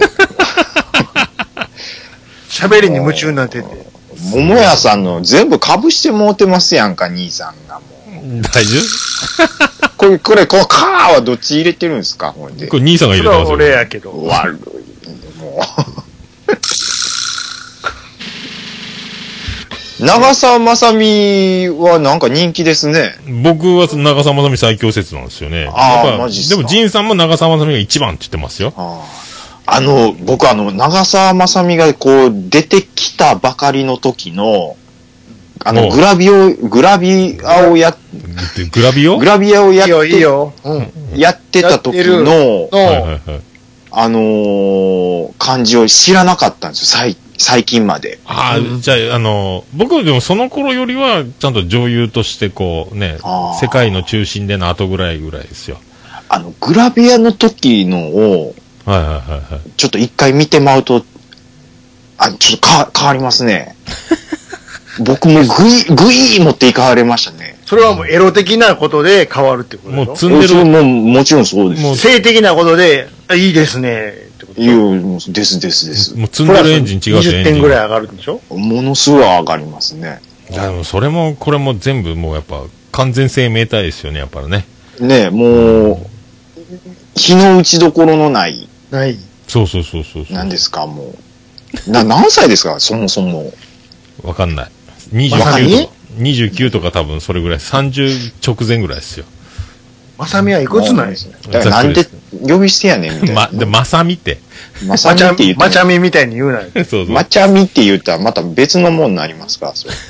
喋りに夢中になってて。 桃屋さんの全部被してもうてますやんか、兄さんがもう。 大丈夫このカーはどっち入れてるんですかほんで。 これ兄さんが入れてますよ。 俺やけど。 悪い。もう。長澤まさみはなんか人気ですね。 僕は長澤まさみ最強説なんですよね。 マジっすか。 でも仁さんも長澤まさみが一番って言ってますよ。 僕長澤まさみがこう出てきたばかりの時の、グラビアをやってた時の、感じを知らなかったんですよ、最近まで。 じゃあ、僕でもその頃よりは、ちゃんと女優としてこうね、世界の中心での後ぐらいですよ。 グラビアの時のを、ちょっと一回見てまうと、ちょっと変わりますね。僕もグイー持っていかれましたね。 それはもうエロ的なことで変わるってことでしょ。 もう積んでる。 もちろんそうです。 もう性的なことで、いいですね。ってことです。 もう積んでるエンジン違う 20点ぐらい上がるんでしょ。 ものすごい上がりますね。 でもそれも、これも全部もうやっぱ完全生命体ですよね、やっぱりね。 ねもう、日の打ちどころのない。 そう。 何ですか、もう。何歳ですか、そもそも。 わかんない。29とか多分それぐらい、30直前ぐらいですよ。 まさみはいくつなんですね。 だからなんで呼び捨てやねんみたいな。 まさみって。 まちゃみみたいに言うなよ。 そう。 まちゃみって言ったらまた別のもんになりますから、それ。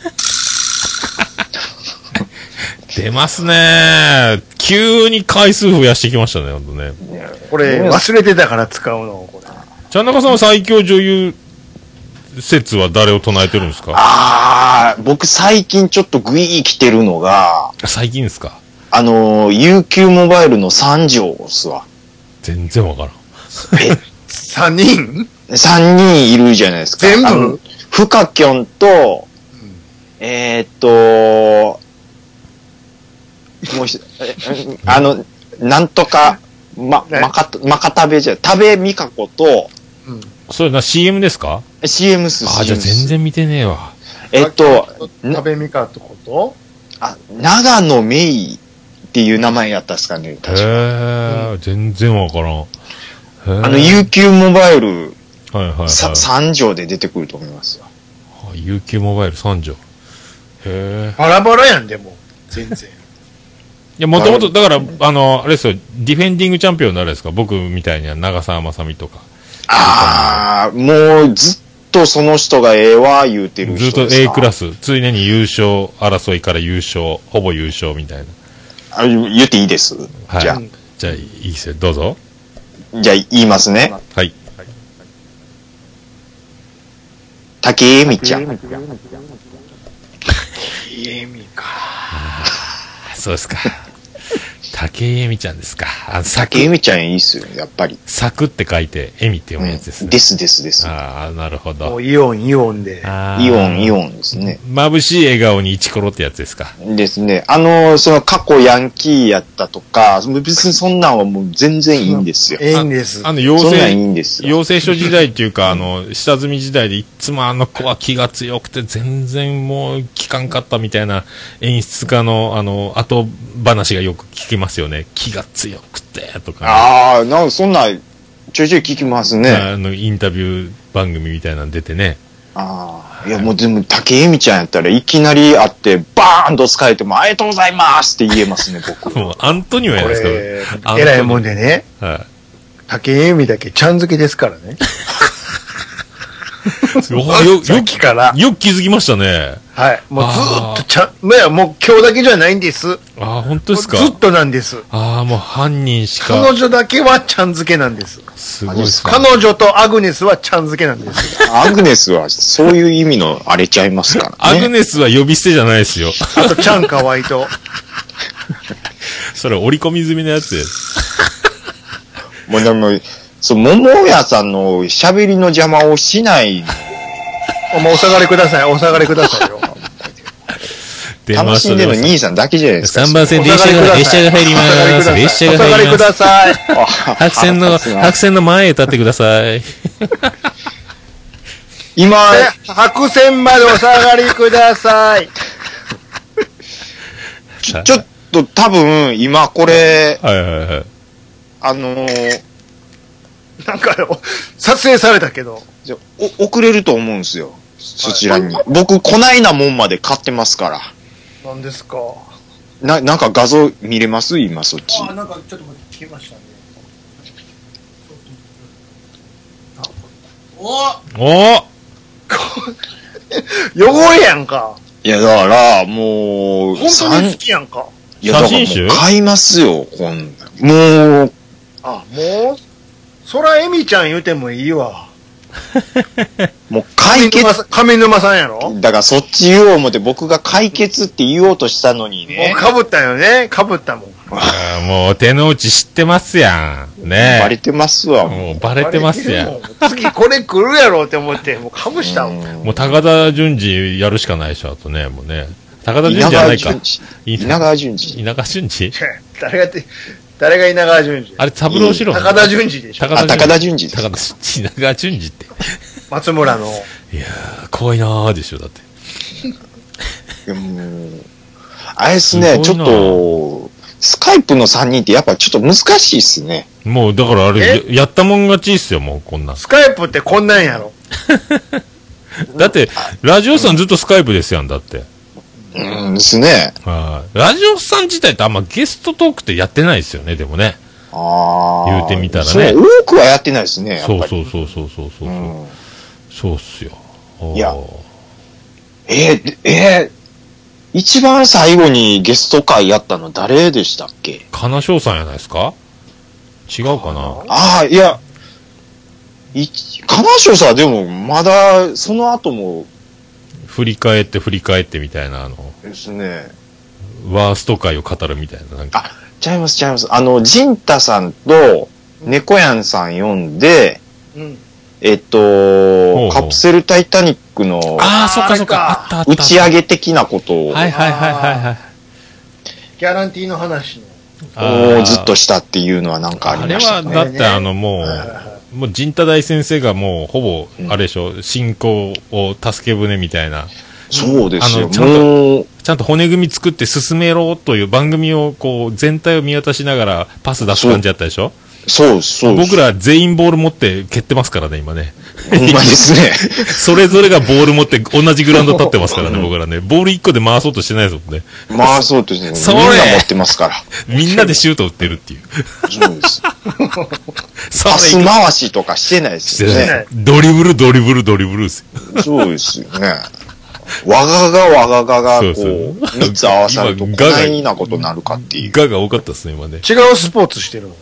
出ますね。急に回数増やしてきましたね、ほんとね。 これ、忘れてたから使うの、これ。 ちゃんなかさんは最強女優説は誰を唱えてるんですか？ 僕最近ちょっとグイー来てるのが。 最近ですか ？UQ モバイルの三条っすわ。 全然わからん。 3人 ?3 人いるじゃないですか。 全部フカキョンと、もうなんとか、まかたべじゃ、食べみかこと、 それCM ですか？ CM っす。 じゃあ全然見てねえわ。 食べみかってこと長野メイっていう名前やったっすかね、確か。 全然わからん。 UQ モバイル、 3 条で出てくると思いますよ。 UQ モバイル3条。 バラバラやん、でも。全然。 いや、もともと、だから、あれですよ、ディフェンディングチャンピオンになるんですか？僕みたいには長澤まさみとか。 もうずっとその人がええわ言うてる人ですか？ ずっと A クラス、ついでに優勝争いから優勝、ほぼ優勝みたいな。 言っていいです。 はい。じゃあいいですよ、どうぞ。 じゃあ言いますね。 はい。 竹恵美ちゃん。 竹恵美か。 そうですか。竹井絵美ちゃんですか。 竹井絵美ちゃんいいっすよ、やっぱり。 咲くって書いて、絵美って読むやつですね。 です。 なるほど。 イオンで。 イオンですね。 眩しい笑顔にイチコロってやつですか。 ですね。その過去ヤンキーやったとか、別にそんなんはもう全然いいんですよ。 いいんです。 養成所時代っていうか、下積み時代でいつも子は気が強くて全然もう聞かんかったみたいな演出家の後話がよく聞きますよね。気が強くてとか、 ね。なんかそんなちょいちょい聞きますね。 インタビュー番組みたいなの出てね。 いやもうでも竹恵美ちゃんやったらいきなり会ってバーンと使えてもありがとうございますって言えますね、僕。 もうアントニオやないですか。 偉いもんでね。竹恵美だけちゃん付けですからね。さっきから。 よく気づきましたね。 はい。もうずっともう今日だけじゃないんです。 本当ですか？ ずっとなんです。 もう犯人しか。 彼女だけはちゃん付けなんです。 すごいですか？ 彼女とアグネスはちゃん付けなんです。 アグネスはそういう意味のあれちゃいますからね。 アグネスは呼び捨てじゃないですよ。 あと、ちゃんかわいと。 それ折り込み済みのやつです。 もうでも、桃屋さんの喋りの邪魔をしない。 もうお下がりくださいよ。 楽しんでるの兄さんだけじゃないですか。 3番線列車が入ります。列車が入ります。 ください。 白線の前へ立ってください。 今、白線までお下がりください。 ちょっと多分、今これ、 なんか、撮影されたけど。 送れると思うんですよ。そちらに。僕、こないなもんまで買ってますから。 何ですか。 なんか画像見れます今、そっち。 なんかちょっと待って、聞きましたね。汚れやんか。 いや、だから、もう、 本当に好きやんか。 いや、だからもう買いますよ、もう。 もう、そらエミちゃん言うてもいいわ。 もう解決。 上沼さんやろ。 だからそっち言おう思って僕が解決って言おうとしたのにね。 もう被ったよね。被ったもん。 もう手の内知ってますやん。ねバレてますわ。 もうバレてますやん。 次これ来るやろって思って、もう被したもん。 もう高田純次やるしかないでしょ、あとね、もうね。高田純次じゃないか。 稲川純次。 稲川純次誰が稲川淳二？ あれ、三郎四郎。 高田純次でしょ。 高田純次。 高田純次、稲川純次って。 松村の。 いやー、怖いなーでしょ、だって。 いやもう、あれですね、ちょっと、スカイプの3人ってやっぱちょっと難しいっすね。 もう、だからあれ、やったもん勝ちっすよ、もう、こんなん。 スカイプってこんなんやろ。 だって、ラジオさんずっとスカイプですやん、だって。 ですね。 ラジオさん自体ってあんまゲストトークってやってないですよね、でもね。言うてみたらね。 多くはやってないですね。 そう。そうっすよ。 いや。一番最後にゲスト会やったの誰でしたっけ？ 金賞さんやないですか？違うかな？ いや。金賞さんはでもまだその後も振り返ってみたいなですね。 ワースト回を語るみたいな。なんかちゃいます。ジンタさんと猫やんさん読んで、カプセルタイタニックの、 そっか、あった。 打ち上げ的なことを。 はい。 ギャランティーの話をずっとしたっていうのはなんかありましたね。 あれは、だってもう、陣太大先生がもう、ほぼ、あれでしょ、信仰を助け舟みたいな。 そうですよ。 ちゃんと骨組み作って進めろという番組を、こう、全体を見渡しながらパス出す感じだったでしょ？そう。僕ら全員ボール持って蹴ってますからね、今ね。 ほんまですね。 それぞれがボール持って同じグラウンド立ってますからね、僕らね。ボール1個で回そうとしてないですもんね。 回そうとしてない。みんな持ってますから。 みんなでシュート打ってるっていう。 そうです。パス回しとかしてないですよね。 ドリブルですよ。そうですよね。わががこう、3つ合わさると、こないなことになるかっていう。 が多かったですね、今ね。 違うスポーツしてるの。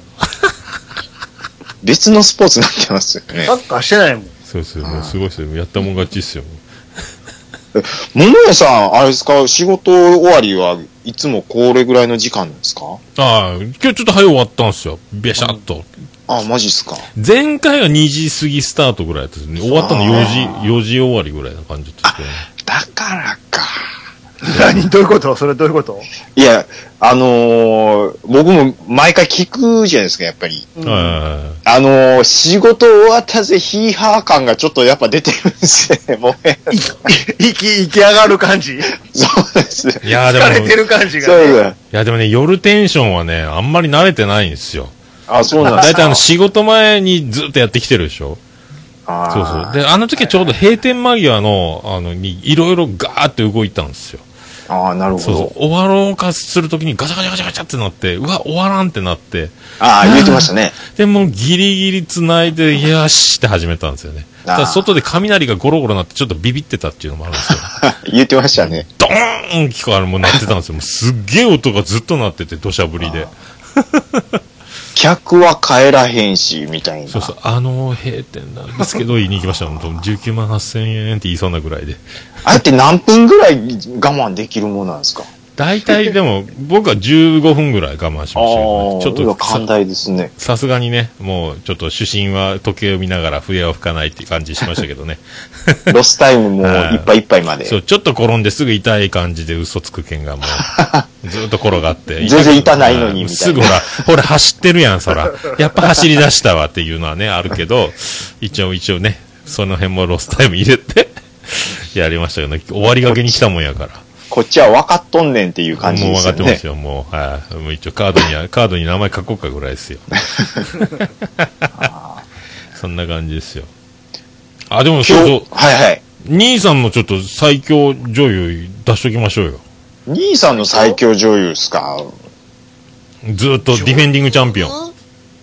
別のスポーツになってますよね。 サッカーしてないもん。 そうですよ、もうすごいですよ。やったもん勝ちっすよ。 桃屋さん、あれですか、仕事終わりはいつもこれぐらいの時間なんですか？ 今日ちょっと早終わったんですよ。ビシャッと。 マジっすか。 前回は2時過ぎスタートぐらいですね。終わったの4時終わりぐらいな感じですけどね。 だからか。 どういうことそれどういうこと？ いや、僕も毎回聞くじゃないですか、やっぱり。仕事終わったぜ、ヒーハー感がちょっとやっぱ出てるんですよね、もう。 生き上がる感じ？ そうです。 いや、でも。 疲れてる感じが、 ね。 いや、でもね、夜テンションはね、あんまり慣れてないんですよ。 そうなんですか。 だいたい仕事前にずっとやってきてるでしょ。そう。で、あの時はちょうど閉店間際にいろいろガーって動いたんですよ。 なるほど。 そう。終わろうかするときにガチャガチャってなって、うわ、終わらんってなって。 言ってましたね。 で、もうギリギリ繋いで、よしって始めたんですよね。外で雷がゴロゴロなってちょっとビビってたっていうのもあるんですよ。 言ってましたね。 ドーン聞こえるもう鳴ってたんですよ。もうすっげえ音がずっと鳴ってて、土砂降りで。 客は帰らへんし、みたいな。 そう。閉店なんですけど、言いに行きました。19万8000円って言いそうなぐらいで。 あれって何分ぐらい我慢できるものなんですか？ 大体でも、僕は15分ぐらい我慢しましたけど、ね、ちょっと寛大ですね。 さすがにね、もうちょっと主審は時計を見ながら笛を吹かないっていう感じしましたけどね。 ロスタイムもいっぱいいっぱいまで。 そう、ちょっと転んですぐ痛い感じで嘘つく剣がもう、ずっと転がって。 全然痛ないのにみたいな。 すぐほら走ってるやん、そら。やっぱ走り出したわっていうのはね、あるけど、一応ね、その辺もロスタイム入れて、やりましたけどね、終わりがけに来たもんやから。 こっちは分かっとんねんっていう感じですよね。 もう分かってますよ、もう。はい。もう一応カードに名前書こうかぐらいですよ。そんな感じですよ。あ、でもそうそう。 はいはい。 兄さんのちょっと最強女優出しときましょうよ。 兄さんの最強女優ですか？ ずっとディフェンディングチャンピオン。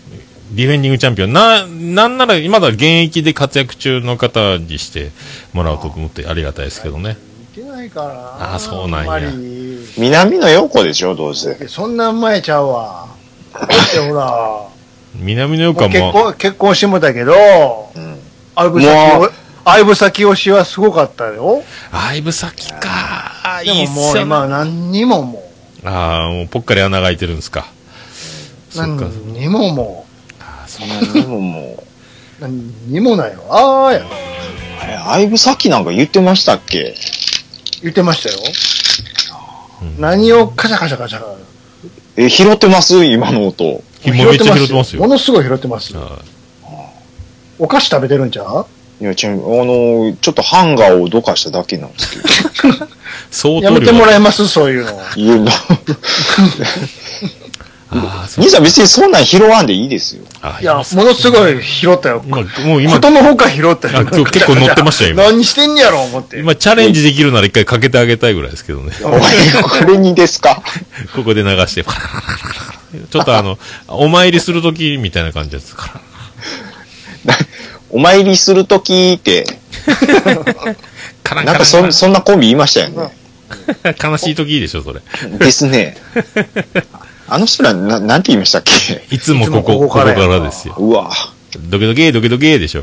なんなら、まだ現役で活躍中の方にしてもらうと思ってありがたいですけどね。 いけないからな。あ、そうなんや。 南野陽子でしょ、どうせ。 そんなん前ちゃうわ。だってほら。 南野陽子はもう結婚してもだけど、相武咲推しはすごかったよ。 相武咲か。 でももう今何にももう。ああ、もうぽっかり穴が開いてるんですか。 何にももう。 何にももう。何にもないよ。ああや。 あれ、相武咲なんか言ってましたっけ？ 言ってましたよ。何をカシャカシャカシャ。 拾ってます今の音。 めっちゃ拾ってますよ。 ものすごい拾ってますよ。お菓子食べてるんちゃう？ いや、ちょっとハンガーをどかしただけなんですけど。 やめてもらえますそういうの。 言うの。兄さん別にそんなん拾わんでいいですよ。 いや、ものすごい拾ったよ。もう今。 ことのほか拾ったよ。 結構乗ってましたよ、 今。何してんやろ、思って。 今、チャレンジできるなら一回かけてあげたいぐらいですけどね。 これにですか？ ここで流して、ちょっとお参りするときみたいな感じですから。 お参りするときって、なんかそんなコンビ言いましたよね。 悲しいときいいでしょ、それ。 ですね。あの人ら、なんて言いましたっけ？ いつもここからですよ。 うわドキドキドキドキでしょ。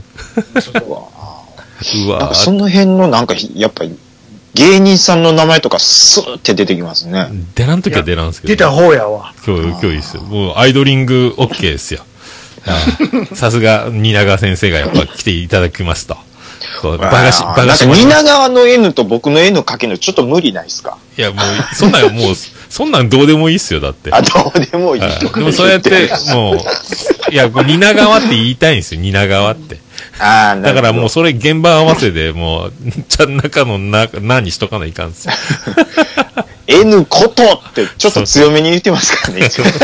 うわなんかその辺のなんか、やっぱり、芸人さんの名前とかスーって出てきますね。 出らんときは出らんすけど、 出た方やわ。 今日いいっすよ。もうアイドリング OK ですよ。さすが、蜷川先生がやっぱ来ていただきますと。 なんか蜷川の N と僕の N かけるのちょっと無理ないですか？ いや、もう、そんなんどうでもいいっすよ、だって。 あ、どうでもいい。 でもそうやって、もう、いや、蜷川って言いたいんですよ、蜷川って。だからもうそれ現場合わせでもう、中の何にしとかないかんすよ。 N ことってちょっと強めに言ってますからね。 そう。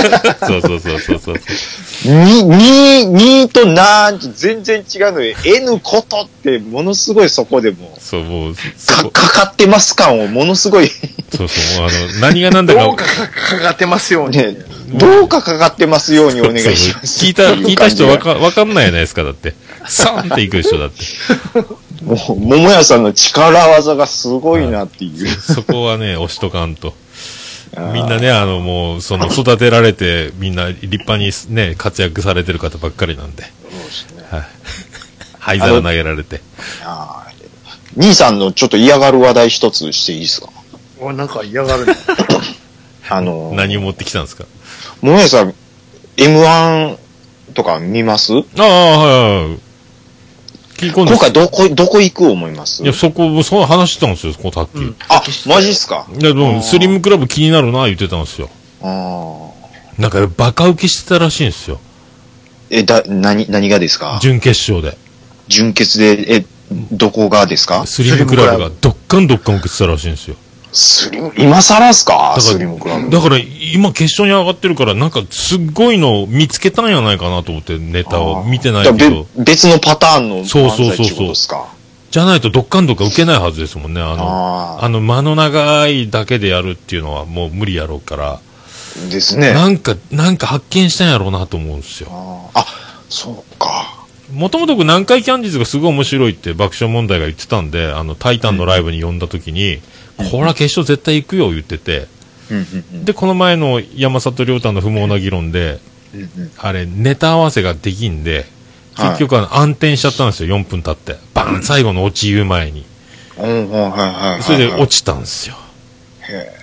2とな全然違うのに N ことってものすごいそこでもそうもうかかってます感をものすごいそうもう何が何だかどうかかかってますように、 ね、どうかかかってますようにお願いします。 聞いた人わかんないじゃないですか、だってサーンっていくでしょ、だってもう桃屋さんの力技がすごいなっていう、 そこはね押しとかんと。みんなね、もう、育てられて、みんな立派にね、活躍されてる方ばっかりなんで。そうですね。はい。灰皿投げられて。 兄さんのちょっと嫌がる話題一つしていいですか？ なんか嫌がるね。 何を持ってきたんですか？ 桃屋さん、M1 とか見ます？ ああ、はい。 今回どこ行く思います？ いや、その話したんですよ、さっき。 あ、マジっすか？ いや、でも、スリムクラブ気になるな、言ってたんですよ。なんか、バカ受けしてたらしいんですよ。 何がですか？ 準決勝で。 準決で、どこがですか？ スリムクラブがどっかん受けてたらしいんですよ。 今更っすか？スリムクラブ。 だから、今決勝に上がってるから、なんか、すっごいの見つけたんやないかなと思って、ネタを見てないけど。 別のパターンの漫才ってことですか？ じゃないと、どっかんどっか受けないはずですもんね。間の長いだけでやるっていうのはもう無理やろうから。 ですね。 なんか発見したんやろうなと思うんですよ。 そうか。 もともと南海キャンディーズがすごい面白いって爆笑問題が言ってたんで、タイタンのライブに呼んだ時に、これは決勝絶対行くよ言ってて、で、この前の山里亮太の不毛な議論で、あれ、ネタ合わせができんで、結局暗転しちゃったんですよ、4分経って。バーン最後のオチ言う前に。それで落ちたんですよ。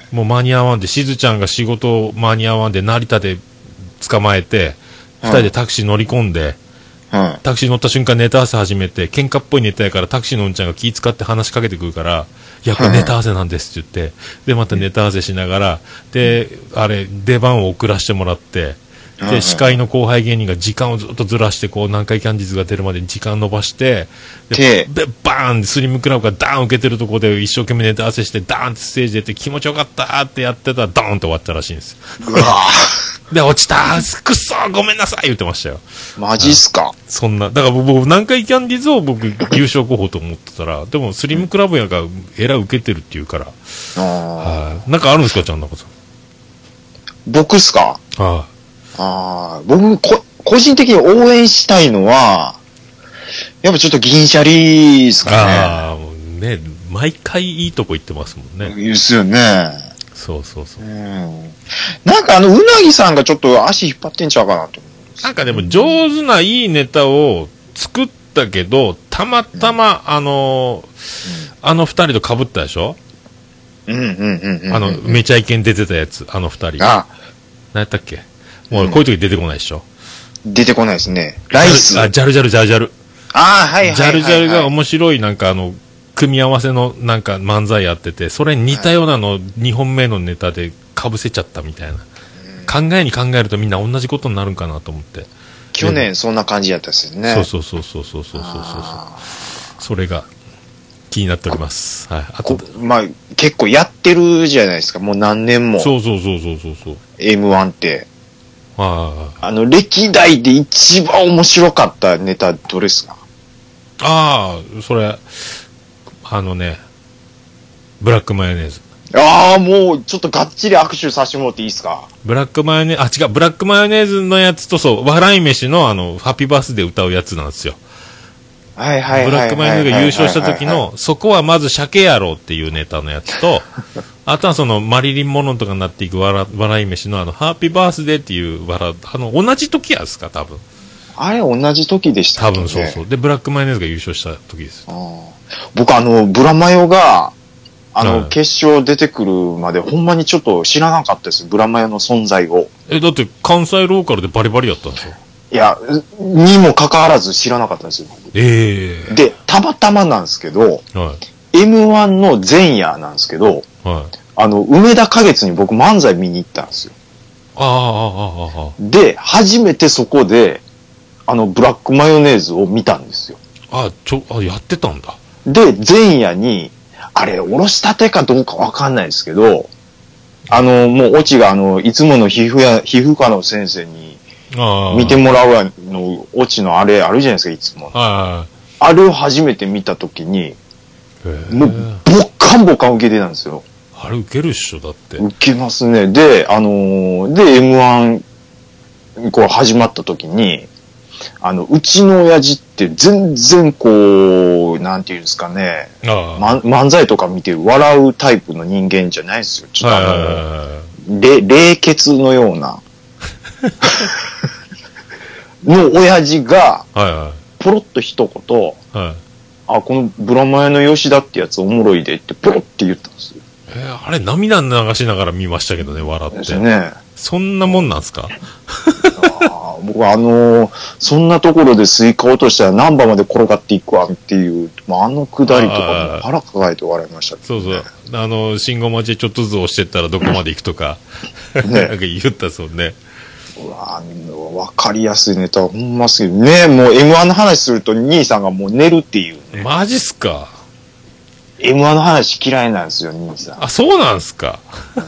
もう間に合わんで、しずちゃんが仕事間に合わんで、成田で捕まえて、二人でタクシー乗り込んで、タクシー乗った瞬間ネタ合わせ始めて、喧嘩っぽいネタやからタクシーのうんちゃんが気使って話しかけてくるから、いや、これネタ合わせなんですって言って、で、またネタ合わせしながら、で、出番を遅らせてもらって、で、司会の後輩芸人が時間をずっとずらして、こう、南海キャンディーズが出るまでに時間伸ばして、で、バーンスリムクラブがダーン受けてるところで一生懸命ネタ合わせして、ダーンってステージ出て気持ちよかったーってやってたら、ドーンって終わったらしいんですよ。 うわで、落ちたーくっそーごめんなさい言ってましたよ。 マジっすか。 そんな、だから僕、南海キャンディーズを僕、優勝候補と思ってたら、でもスリムクラブやがえらい受けてるっていうから、なんかあるんですか、ちゃんなこさん。 僕っすか。僕、個人的に応援したいのは、やっぱちょっと銀シャリですかね。 もうね、毎回いいとこ行ってますもんね。 ですよね。 そうそうそう。 なんかうなぎさんがちょっと足引っ張ってんちゃうかなと思う。 なんかでも上手ないいネタを作ったけど、たまたま、二人と被ったでしょ？めちゃイケに出てたやつ、あの二人。何やったっけ？もうこういう時出てこないでしょ？ 出てこないですね。ライス。 ジャル。 はい。 ジャルが面白いなんか組み合わせのなんか漫才やってて、それに似たようなの2本目のネタで被せちゃったみたいな。考えに考えるとみんな同じことになるんかなと思って。 去年そんな感じやったですよね。 そう。それが気になっております。はい。あとまあ結構やってるじゃないですか。もう何年も。 そう。 M1 って。 歴代で一番面白かったネタどれですか？ それブラックマヨネーズ。 もうちょっとがっちり握手させてもらっていいですか？ ブラックマヨネーズ、ブラックマヨネーズのやつと、そう、笑い飯のハッピーバースデー歌うやつなんですよ。 ブラックマヨネーズが優勝した時の、そこはまず鮭やろうっていうネタのやつと、あとはそのマリリン・モロンとかになっていく笑い飯のハッピーバースデーっていう同じ時やですか、多分。 あれ同じ時でしたっけね。 多分そう。で、ブラックマヨネーズが優勝した時です。 僕ブラマヨが、決勝出てくるまでほんまにちょっと知らなかったです。ブラマヨの存在を。 だって関西ローカルでバリバリやったんですよ。 いや、にもかかわらず知らなかったんですよ。で、たまたまなんですけど、M1 の前夜なんですけど、梅田花月に僕漫才見に行ったんですよ。で、初めてそこで、ブラックマヨネーズを見たんですよ。 やってたんだ。 で、前夜に、あれ、おろしたてかどうかわかんないですけど、もう、オチがいつもの皮膚科の先生に見てもらうオチのあれあるじゃないですか、いつも。あれを初めて見たときに、もう、ボッカンボカン受けてたんですよ。 あれ受けるっしょ、だって。 受けますね。で、M1、こう始まったときに、うちの親父って全然こう、なんていうんですかね、漫才とか見て笑うタイプの人間じゃないですよ。ちょっと冷血のような、の親父が、ポロッと一言、このブラマヨの吉田ってやつおもろいでってポロって言ったんですよ。 あれ涙流しながら見ましたけどね、笑って。ですね。 そんなもんなんすか？ 僕はそんなところでスイカ落としたら何番まで転がっていくわっていう、くだりとかも腹抱えて笑いましたけど、ね。 そう。信号待ちでちょっとずつ押してったらどこまで行くとか、なんか言ったそうね。 わかりやすいネタほんますけどね、もう M1 の話すると兄さんがもう寝るっていうね。 マジっすか？ M1 の話嫌いなんですよ、兄さん。 そうなんすか？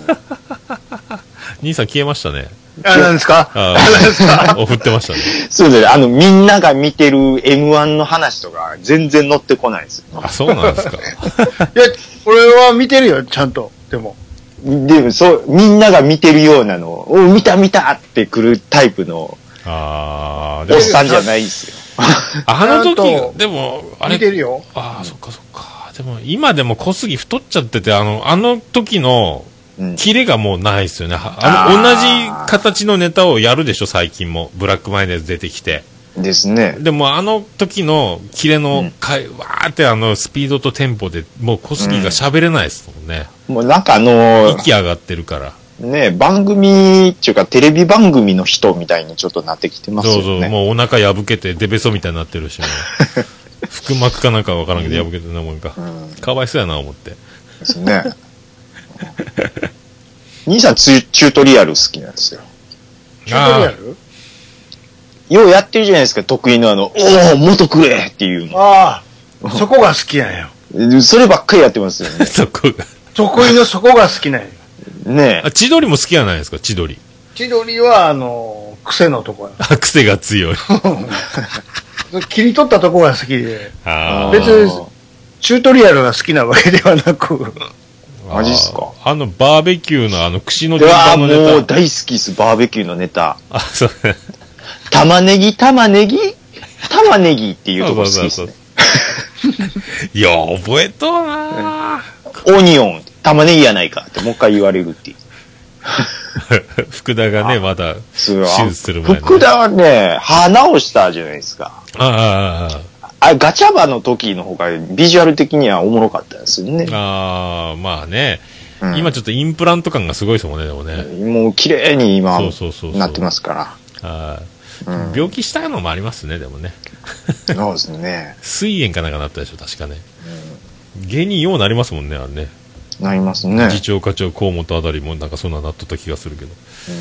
兄さん消えましたね。 何ですか？ 振ってましたね。 そうです。みんなが見てる M1 の話とか全然乗ってこないですよ。 そうなんですか？いや、俺は見てるよ、ちゃんと。でも、 みんなが見てるようなのを、見たって来るタイプの、おっさんじゃないですよ。 時、でも、あれ。 見てるよ。 そっか。でも、今でも小杉太っちゃってて、あの時の、キレがもうないですよね。同じ形のネタをやるでしょ、最近も。ブラックマヨネーズ出てきて。 ですね。 でもあの時のキレのわーってスピードとテンポでもう小杉が喋れないですもんね。 もうなんか息上がってるから。 ね、番組っていうかテレビ番組の人みたいにちょっとなってきてますよね。 そうもうお腹破けてデベソみたいになってるし、腹膜かなんかわからんけど破けてるなもんか。かわいそうやな思って。 ですね。兄さんチュートリアル好きなんですよ。 チュートリアル？ ようやってるじゃないですか、得意のおー、元くれっていうの。 ああ、そこが好きなんよ。 そればっかりやってますよね。 そこが。 得意のそこが好きなんよ。 ねえ。 千鳥も好きじゃないですか、千鳥。 千鳥は、癖のとこや。 癖が強い。 切り取ったとこが好きで。別に、チュートリアルが好きなわけではなく。 マジっすか？ バーベキューの串の順番のネタ。もう大好きです、バーベキューのネタ。 そう。 玉ねぎっていうとこ好きですね。 いや、覚えとうなオニオン、玉ねぎやないかってもう一回言われるっていう。 福田がね、まだ手術する前に、 福田はね、歯直したじゃないですか。ガチャバの時の方がビジュアル的にはおもろかったですよね。 まあね、今ちょっとインプラント感がすごいですもんね、でもね。 もう綺麗に今なってますから。 病気したのもありますね、でもね。 そうですね。 膵炎かなんかなったでしょ、確かね。芸人ようなりますもんね、あれね。 なりますね。 次長課長河本あたりもなんかそんななっとった気がするけど。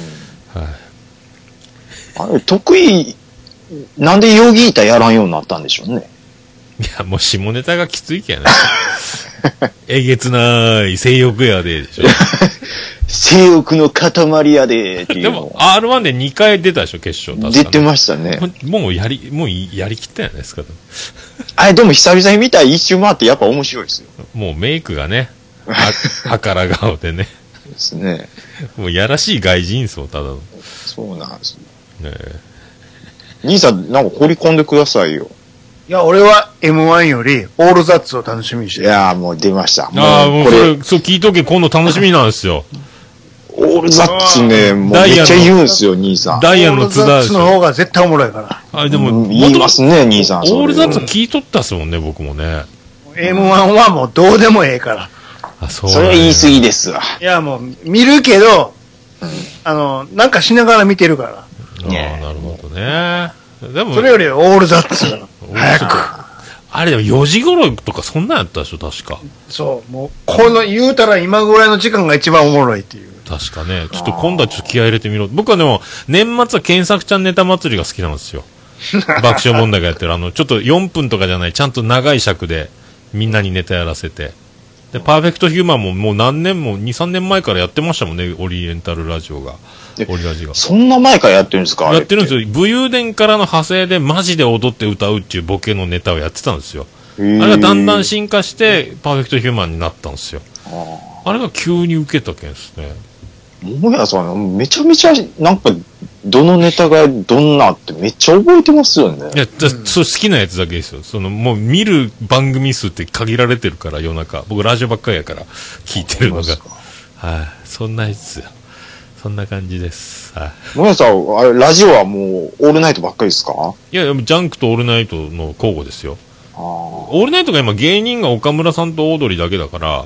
あれ、得意、なんでヨーギータやらんようになったんでしょうね。 いや、もう下ネタがきついけんね。えげつない性欲やででしょ。 性欲の塊やでっていう。 でも R1 で2回出たでしょ、決勝。 出てましたね。 もうやりきったじゃないですか。 あれでも久々に見たら一周回ってやっぱ面白いですよ。 もうメイクがね、はから顔でね。 ですね。 もうやらしい外人層、ただの。 そうなんですね。兄さん、なんか掘り込んでくださいよ。 いや、俺は M1 よりオールザッツを楽しみにしてる。 いやー、もう出ました。 もうこれ、そう聞いとけ、今度楽しみなんですよ。 オールザッツね、もうめっちゃ言うんすよ、兄さん。 ダイヤの津田。 オールザッツの方が絶対おもろいから。 でも、 言いますね、兄さん。 オールザッツ聞いとったっすもんね、僕もね。 M1 はもうどうでもええから。 それは言い過ぎですわ。 いや、もう、見るけど、なんかしながら見てるから。 なるほどね。でも、 それよりオールザッツ。早く。 あれでも4時頃とかそんなんやったでしょ、確か。 そう、もう、言うたら今ぐらいの時間が一番おもろいっていう。 確かね。ちょっと今度はちょっと気合い入れてみろ。僕はでも、年末は検索ちゃんネタ祭りが好きなんですよ。爆笑問題がやってる。ちょっと4分とかじゃない、ちゃんと長い尺で、みんなにネタやらせて。で、パーフェクトヒューマンももう何年も、2、3年前からやってましたもんね、オリエンタルラジオが。オリラジが。 そんな前からやってるんですか？ やってるんですよ。武勇伝からの派生でマジで踊って歌うっていうボケのネタをやってたんですよ。あれがだんだん進化して、パーフェクトヒューマンになったんですよ。あれが急に受けたけんですね。 桃屋さん、めちゃめちゃ、なんか、どのネタがどんなってめっちゃ覚えてますよね。 いや、そう好きなやつだけですよ。もう見る番組数って限られてるから、夜中。僕ラジオばっかりやから、聞いてるのが。そんなやつよ。そんな感じです。 桃屋さん、あれ、ラジオはもう、オールナイトばっかりですか？ いや、ジャンクとオールナイトの交互ですよ。オールナイトが今芸人が岡村さんとオードリーだけだから、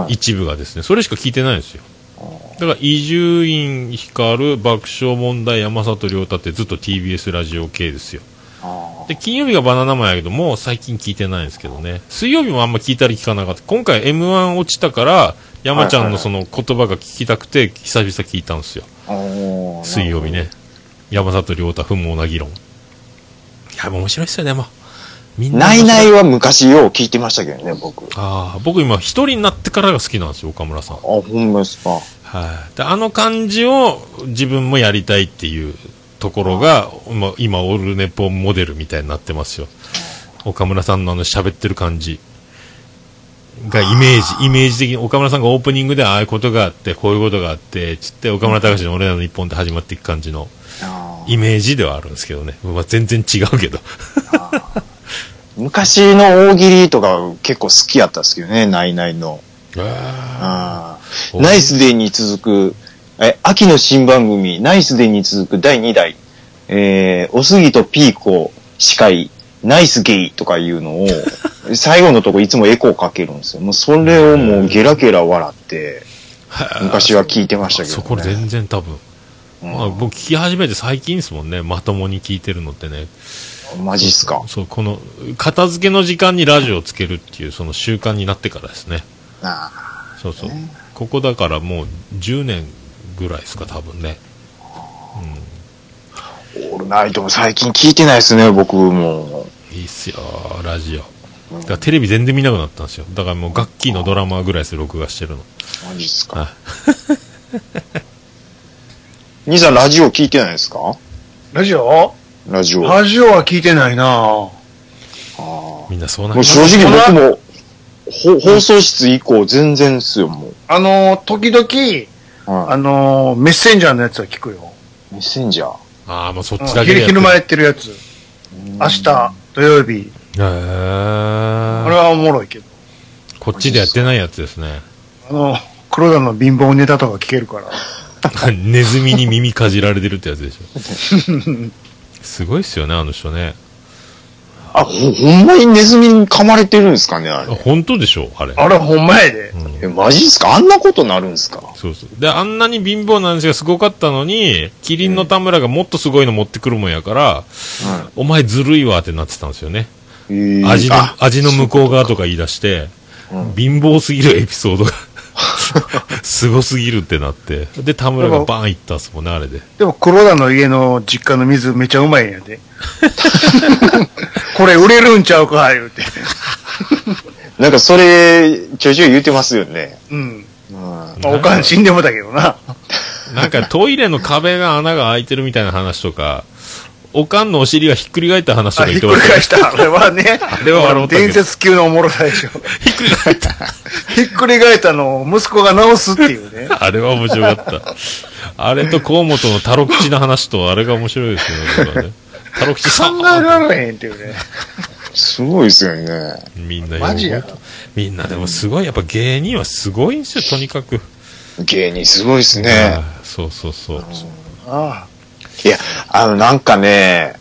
一部がですね、それしか聞いてないんですよ。だから伊集院光、爆笑問題、山里亮太ってずっと TBS ラジオ系ですよ。で金曜日がバナナマンやけどもう最近聞いてないんですけどね。水曜日もあんま聞いたり聞かなかった。今回 M1 落ちたから山ちゃんのその言葉が聞きたくて久々聞いたんですよ。水曜日ね。山里亮太不毛な議論。いや面白いっすよね。もうみんなないないは昔よう聞いてましたけどね、僕。 僕今一人になってからが好きなんですよ、岡村さん。 ほんまですか。 で感じを自分もやりたいっていうところが今オルネポモデルみたいになってますよ。岡村さんの喋ってる感じがイメージ的に岡村さんがオープニングでああいうことがあってこういうことがあってつって岡村隆史の俺らの日本で始まっていく感じのイメージではあるんですけどね。全然違うけど昔の大喜利とか結構好きやったんですけどね、ナイナイの。ナイスデーに続く、秋の新番組、ナイスデーに続く第2弾おすぎとピーコ司会、ナイスゲイとかいうのを、最後のとこいつもエコーかけるんですよ。もうそれをもうゲラゲラ笑って、昔は聞いてましたけど、ね。 そこ全然多分。まあ、僕聞き始めて最近ですもんね。まともに聞いてるのってね。 マジっすか。 そう、この、片付けの時間にラジオをつけるっていう、その習慣になってからですね。そうそう。ここだからもう10年ぐらいですか、多分ね。 オールナイトも最近聞いてないですね、僕も。 いいっすよ、ラジオ。だからテレビ全然見なくなったんですよ。だからもうガッキーのドラマぐらいです録画してるの。 マジっすか。兄さんラジオ聞いてないですか？ ラジオは聞いてないな。 みんなそうなんもう正直僕も放送室以降全然っすよ、もう。 時々、メッセンジャーのやつは聞くよ。 メッセンジャー。 ああ、もうそっちだけで昼間やってるやつ。明日、土曜日。あれはおもろいけど。 こっちでやってないやつですね。 黒田の貧乏ネタとか聞けるから。 ネズミに耳かじられてるってやつでしょ。すごいっすよね、あの人ね。 ほんまにネズミに噛まれてるんですかね、あれ。 本当でしょ、あれ。 あれほんまやで。 マジっすか？あんなことなるんですか？ そうそう。で、あんなに貧乏なんですがすごかったのに、キリンの田村がもっとすごいの持ってくるもんやから、お前ずるいわってなってたんですよね。味の向こう側とか言い出して、貧乏すぎるエピソードがすごすぎるってなって、で田村がバーンいったっすもんね、あれで。 でも黒田の家の実家の水めちゃうまいんやで。これ売れるんちゃうか言うて。 なんかそれちょいちょい言ってますよね。 おかん死んでもだけどな。 なんかトイレの壁が穴が開いてるみたいな話とか、おかんのお尻がひっくり返った話とか言ってました。 ひっくり返した。あれはね。あれは伝説級のおもろさでしょ。 ひっくり返った。 ひっくり返ったのを息子が直すっていうね。 あれは面白かった。あれと河本のタロ口の話とあれが面白いですよね。タロ口さん。 考えられへんっていうね。 すごいですよね。 みんなマジや。 みんなでもすごい。やっぱ芸人はすごいんですよ、とにかく。 芸人すごいですね。 そうそうそう。 いや、なんかね、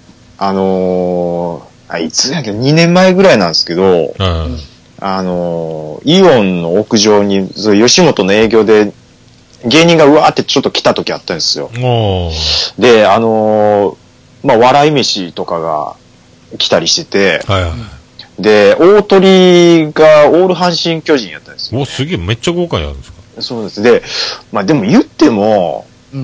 いつだっけ、2年前ぐらいなんですけど、イオンの屋上に、吉本の営業で、芸人がうわーってちょっと来た時あったんですよ。で、笑い飯とかが来たりしてて、で、大鳥がオール阪神巨人やったんですよ、ね。 すげえ、めっちゃ豪華にあるんですか？ そうです。で、でも言っても、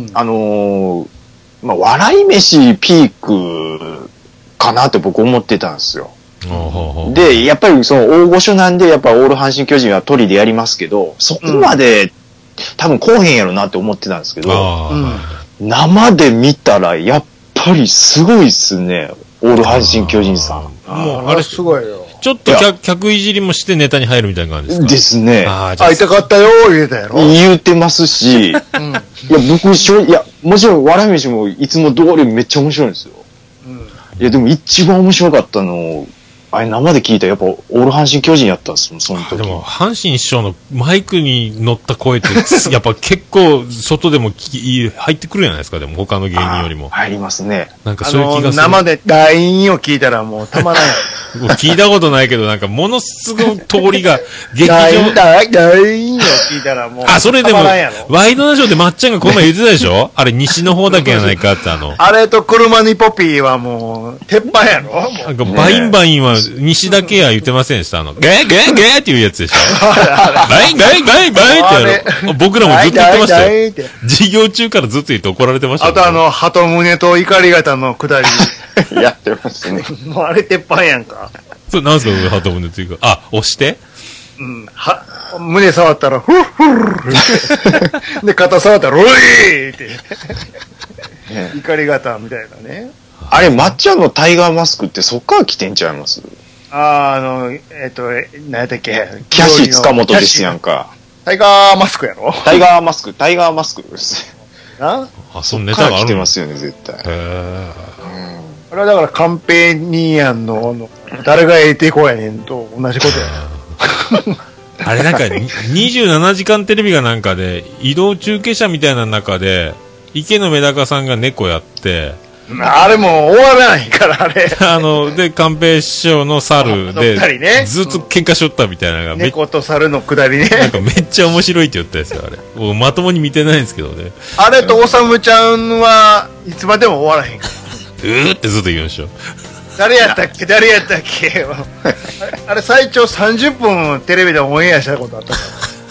笑い飯ピークかなって僕思ってたんですよ。で、やっぱりその大御所なんで、やっぱオール阪神巨人は鳥でやりますけど、そこまで、多分来おへんやろなって思ってたんですけど、生で見たらやっぱりすごいっすね、オール阪神巨人さん。 もうあれすごいよ。 ちょっと客いじりもしてネタに入るみたいな感じですか？ ですね。 会いたかったよ言うたやろ。 言うてますし、いや僕もちろん笑い飯もいつも通りめっちゃ面白いんですよ。いやでも一番面白かったの、あれ生で聞いたらやっぱオール阪神巨人やったんですもん、その時。 でも阪神師匠のマイクに乗った声ってやっぱ結構外でも入ってくるじゃないですか。でも他の芸人よりも入りますね。 なんかそういう気がする。 生でラインを聞いたらもうたまらない。 聞いたことないけどなんかものすごい通りが劇場ラインを聞いたらもうそれでもワイドナショーでまっちゃんがこの前言ってたでしょ。あれ西の方だけやないかってあれと車にポピーはもう鉄板やろ。 なんかバインバインは西だけは言ってませんでした。ゲーっていうやつでしょ。バインって僕らもずっと言ってましたよ。授業中からずっと言って怒られてました。 あと鳩宗と怒り方のくだりやってますね。 もうあれ鉄板やんか。 それなんすか、鳩宗というか。押して胸触ったら、フッフッで、肩触ったら、おいって。怒り方みたいなね。 あれ、まっちゃんのタイガーマスクってそっから来てんちゃいます？ 何やったっけ？ キャシー塚本ですやんか。 タイガーマスクやろ？ タイガーマスクです。 そのネタがある。 来てますよね、絶対。 あれはだからカンペニアンの誰がえてこやねんと同じことや。 あれなんか27時間テレビがなんかで移動中継車みたいな中で池のメダカさんが猫やってあれもう終わらないから、あれ。 で、寛平師匠の猿で、ね、ずっと喧嘩しとったみたいなのが、 猫と猿のくだりね。 なんかめっちゃ面白いって言ったやつよ、あれ。もうまともに見てないんですけどね。 あれとおさむちゃんはいつまでも終わらへんから。 ってずっと言うんでしょ。 誰やったっけあれ最長30分テレビでオンエアしたことあったから。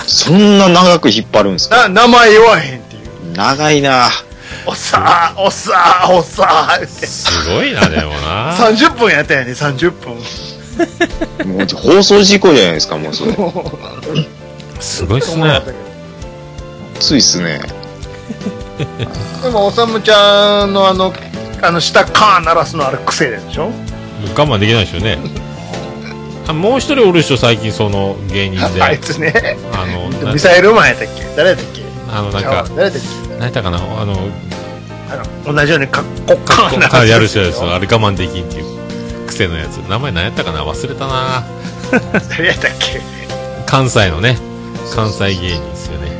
そんな長く引っ張るんですか？ 名前言わへんっていう。 長いな。 おさーって。 すごいな、でもな。 30分やったよね、30 分。もう放送事故じゃないですか、もうそれ。 すごいっすね。 ついっすね。 でも、おさむちゃんの下カーン鳴らすのあれ癖でしょ？もう我慢できないですよね。もう一人おる人、最近その芸人で。 あいつね。ミサイルマンやったっけ？誰やったっけ？ なんか、誰やったっけ？何やったかな、 同じようにカーンやる人ですよ。あれ我慢できんっていう癖のやつ。名前何やったかな、忘れたな。 誰やったっけ？ 関西のね、関西芸人ですよね。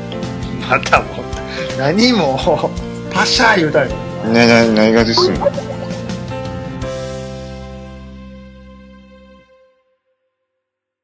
またもう何もパシャー言うたり。 何がですの？